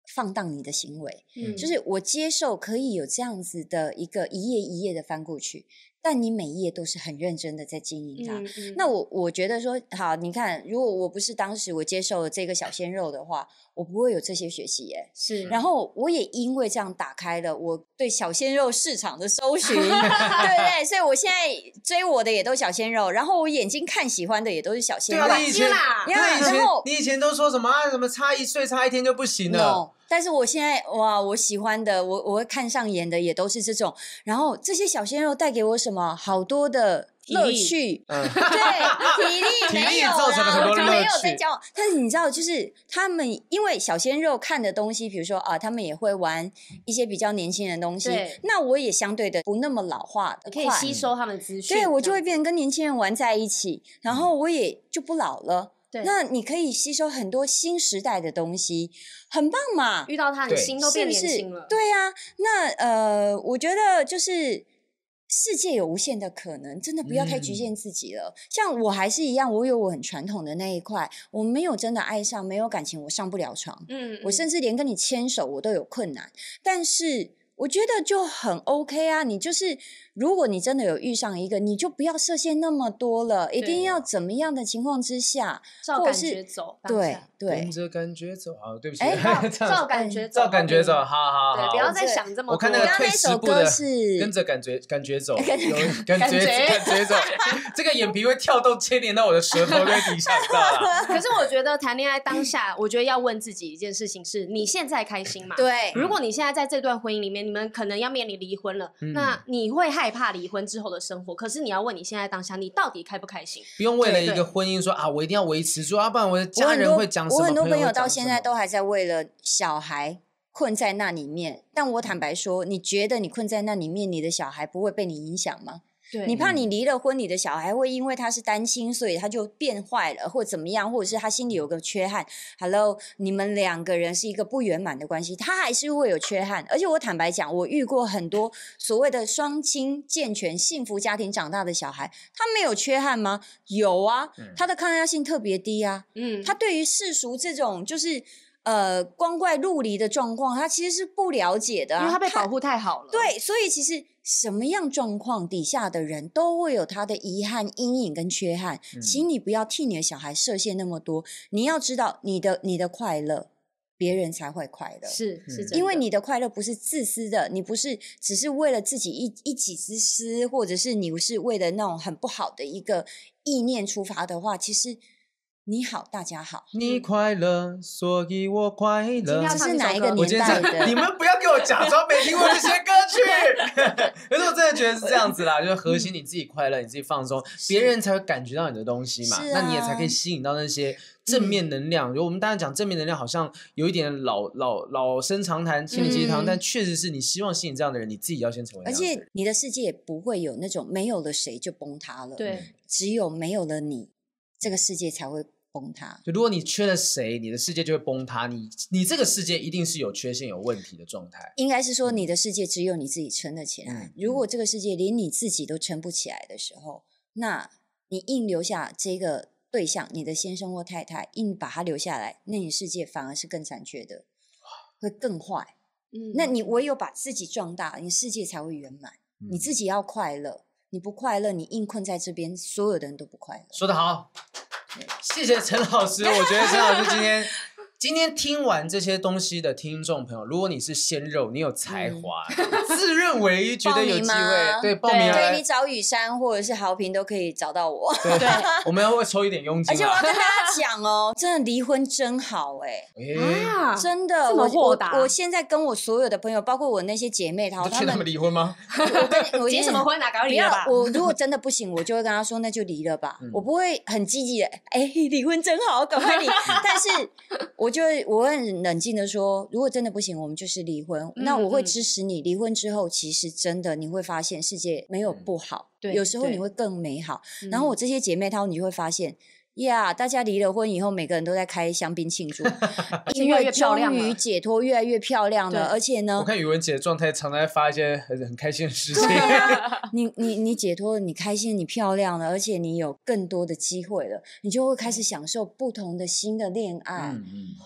A: 放荡你的行为，
C: 嗯
A: 就是我接受可以有这样子的一个一页一页的翻过去，但你每一页都是很认真的在经营它。
C: 嗯嗯
A: 那我我觉得说，好，你看，如果我不是当时我接受了这个小鲜肉的话，我不会有这些学习耶。
C: 是，
A: 然后我也因为这样打开了我对小鲜肉市场的搜寻，对不对？所以我现在追我的也都小鲜肉，然后我眼睛看喜欢的也都是小鲜肉。
B: 对啊，你以前，
C: 啦
B: 你以前
A: 然后
B: 你以前都说什么啊？什么差一岁差一天就不行了？
A: No, 但是我现在哇，我喜欢的，我我会看上眼的也都是这种。然后这些小鲜肉带给我什么？好多的乐趣，
B: 嗯，
A: 对，体力没有
B: 体力造成了很多的乐趣
A: 啦，没有在交往。但是你知道，就是他们因为小鲜肉看的东西，比如说啊，他们也会玩一些比较年轻人的东西
C: 对，
A: 那我也相对的不那么老化的，
C: 可以吸收他们的资讯，
A: 对我就会
C: 这样
A: 变成跟年轻人玩在一起，然后我也就不老了。
C: 对
A: 那你可以吸收很多新时代的东西，很棒嘛。
C: 遇到他，你
B: 对
C: 心都变年
A: 是不是
C: 轻了。
A: 对啊，那呃，我觉得就是世界有无限的可能，真的不要太局限自己了。像我还是一样，我有我很传统的那一块，我没有真的爱上，没有感情，我上不了床。
C: 嗯，
A: 我甚至连跟你牵手我都有困难，但是我觉得就很 OK 啊。你就是如果你真的有遇上一个，你就不要设限那么多了，一定要怎么样的情况之下，
C: 照感
A: 或者是
C: 觉走，当
A: 对
C: 下
A: 对
B: 跟着感觉走。好，对不起，
A: 哎
C: 照
B: 这样
C: 照感觉走，
B: 照感觉走，好好好，
C: 对，不要再想这么多。
B: 我看那个退
A: 刚刚那首
B: 十步的
A: 歌是
B: 跟着感觉感觉走，有
A: 感觉
B: 感觉
C: 感觉
B: 感觉走，这个眼皮会跳动牵连到我的舌头跟底下，你知道吗？
C: 可是我觉得谈恋爱当下，我觉得要问自己一件事情是：你现在开心吗？。
A: 对，
C: 如果你现在在这段婚姻里面，你们可能要面临离婚了，
B: 嗯
C: 那你会害怕离婚之后的生活。可是你要问你现在当下，你到底开不开心？
B: 不用为了一
C: 对
B: 个婚姻说啊，我一定要维持住，啊，不然我的家人
A: 我很多
B: 会讲什么？
A: 我很多
B: 朋会
A: 朋友到
B: 讲什么
A: 现在都还在为了小孩困在那里面，但我坦白说，你觉得你困在那里面，你的小孩不会被你影响吗？
C: 对
A: 你怕你离了婚，你的小孩会因为他是单亲，所以他就变坏了，或怎么样，或者是他心里有个缺憾。Hello， 你们两个人是一个不圆满的关系，他还是会有缺憾。而且我坦白讲，我遇过很多所谓的双亲健全、幸福家庭长大的小孩，他没有缺憾吗？有啊，他的抗压性特别低啊。
C: 嗯，
A: 他对于世俗这种就是呃光怪陆离的状况，他其实是不了解的、啊，
C: 因为他被保护太好了。
A: 对，所以其实什么样状况底下的人都会有他的遗憾、阴影跟缺憾，
B: 嗯
A: 请你不要替你的小孩设限那么多。你要知道，你的你的快乐，别人才会快乐。
C: 是是真的，
A: 因为你的快乐不是自私的，你不是只是为了自己一一己之私，或者是你是为了那种很不好的一个意念出发的话，其实你好，大家好。
B: 你快乐，所以我快乐。
C: 今天要
A: 这是哪一个
B: 我
A: 年
B: 今天这样，
A: 代的？
B: 你们不要给我假装没听过这些歌曲。可是我真的觉得是这样子啦，就是核心你自己快乐，你自己放松，别人才会感觉到你的东西嘛，
A: 是啊
B: 那你也才可以吸引到那些正面能量。如、嗯、我们当然讲正面能量，好像有一点老老老生常谈、心灵鸡汤，
A: 嗯
B: 但确实是你希望吸引这样的人，你自己要先成为那
A: 而
B: 样的人。
A: 且你的世界也不会有那种没有了谁就崩塌了，
C: 对，
A: 只有没有了你，这个世界才会崩塌。
B: 就如果你缺了谁，你的世界就会崩塌。你你这个世界一定是有缺陷、有问题的状态。
A: 应该是说，你的世界只有你自己撑得起来。
B: 嗯
A: 如果这个世界连你自己都撑不起来的时候，那你硬留下这个对象，你的先生或太太，硬把他留下来，那你世界反而是更残缺的，会更坏。
C: 嗯
A: 那你唯有把自己壮大，你世界才会圆满。
B: 嗯
A: 你自己要快乐，你不快乐，你硬困在这边，所有的人都不快乐。
B: 说得好，谢谢陈老师。我觉得陈老师今天今天听完这些东西的听众朋友，如果你是鲜肉，你有才华，嗯、自认为觉得有机会，对，报名
A: 对，你找雨山或者是豪平都可以找到我。
B: 对，对我们会抽一点佣金。
A: 而且我要跟大家讲哦，真的离婚真好哎、
B: 欸，
C: 啊，
A: 真的，
C: 这么豁达
A: 我我现在跟我所有的朋友，包括我那些姐妹淘，
B: 他们他们离婚吗？
A: 我跟我
C: 结什么婚啊？赶快
A: 不
C: 离了吧！
A: 要，我如果真的不行，我就会跟他说，那就离了吧。
B: 嗯、
A: 我不会很积极的，哎，离婚真好，赶快离。但是我就会，我会很冷静的说，如果真的不行，我们就是离婚。
C: 嗯、
A: 那我会支持你。离婚之后，其实真的你会发现世界没有不好，
C: 对，
A: 有时候你会更美好。
C: 嗯、
A: 然后我这些姐妹淘，你就会发现。呀、yeah, 大家离了婚以后，每个人都在开香槟庆祝，因为终于解脱，越来越漂亮了。而且呢，
B: 我看宇文姐的状态常常在发一些很很开心的事情。
A: 对啊，你你你解脱了，你开心，你漂亮了，而且你有更多的机会了，你就会开始享受不同的新的恋爱。
B: 嗯嗯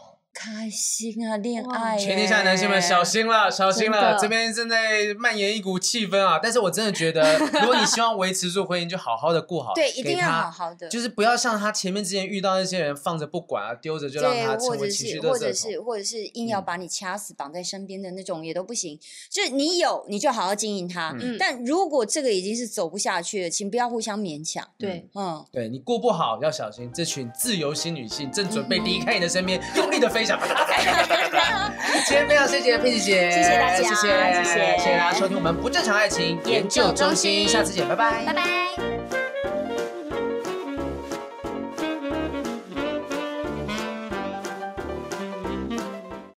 A: 开心啊，恋爱、欸！
B: 全天下男性们小心了，小心了，这边正在蔓延一股气氛啊！但是我真的觉得，如果你希望维持住婚姻，就好好的顾好，
A: 对，一定要好好的，
B: 就是不要像他前面之前遇到那些人放着不管啊，丢着就让他成为情绪垃圾桶，
A: 或者是或者是硬要把你掐死、绑在身边的那种也都不行。就是你有，你就好好经营它。嗯，但如果这个已经是走不下去了，请不要互相勉强。
C: 对，
A: 嗯，
B: 对你顾不好要小心，这群自由新女性正准备离开你的身边，用力的飞翔。今天非常谢谢佩奇姐，
A: 谢谢大家，
B: 谢谢谢谢谢谢大家收听我们不正常爱情研究中心，下次见，拜拜，
A: 拜拜。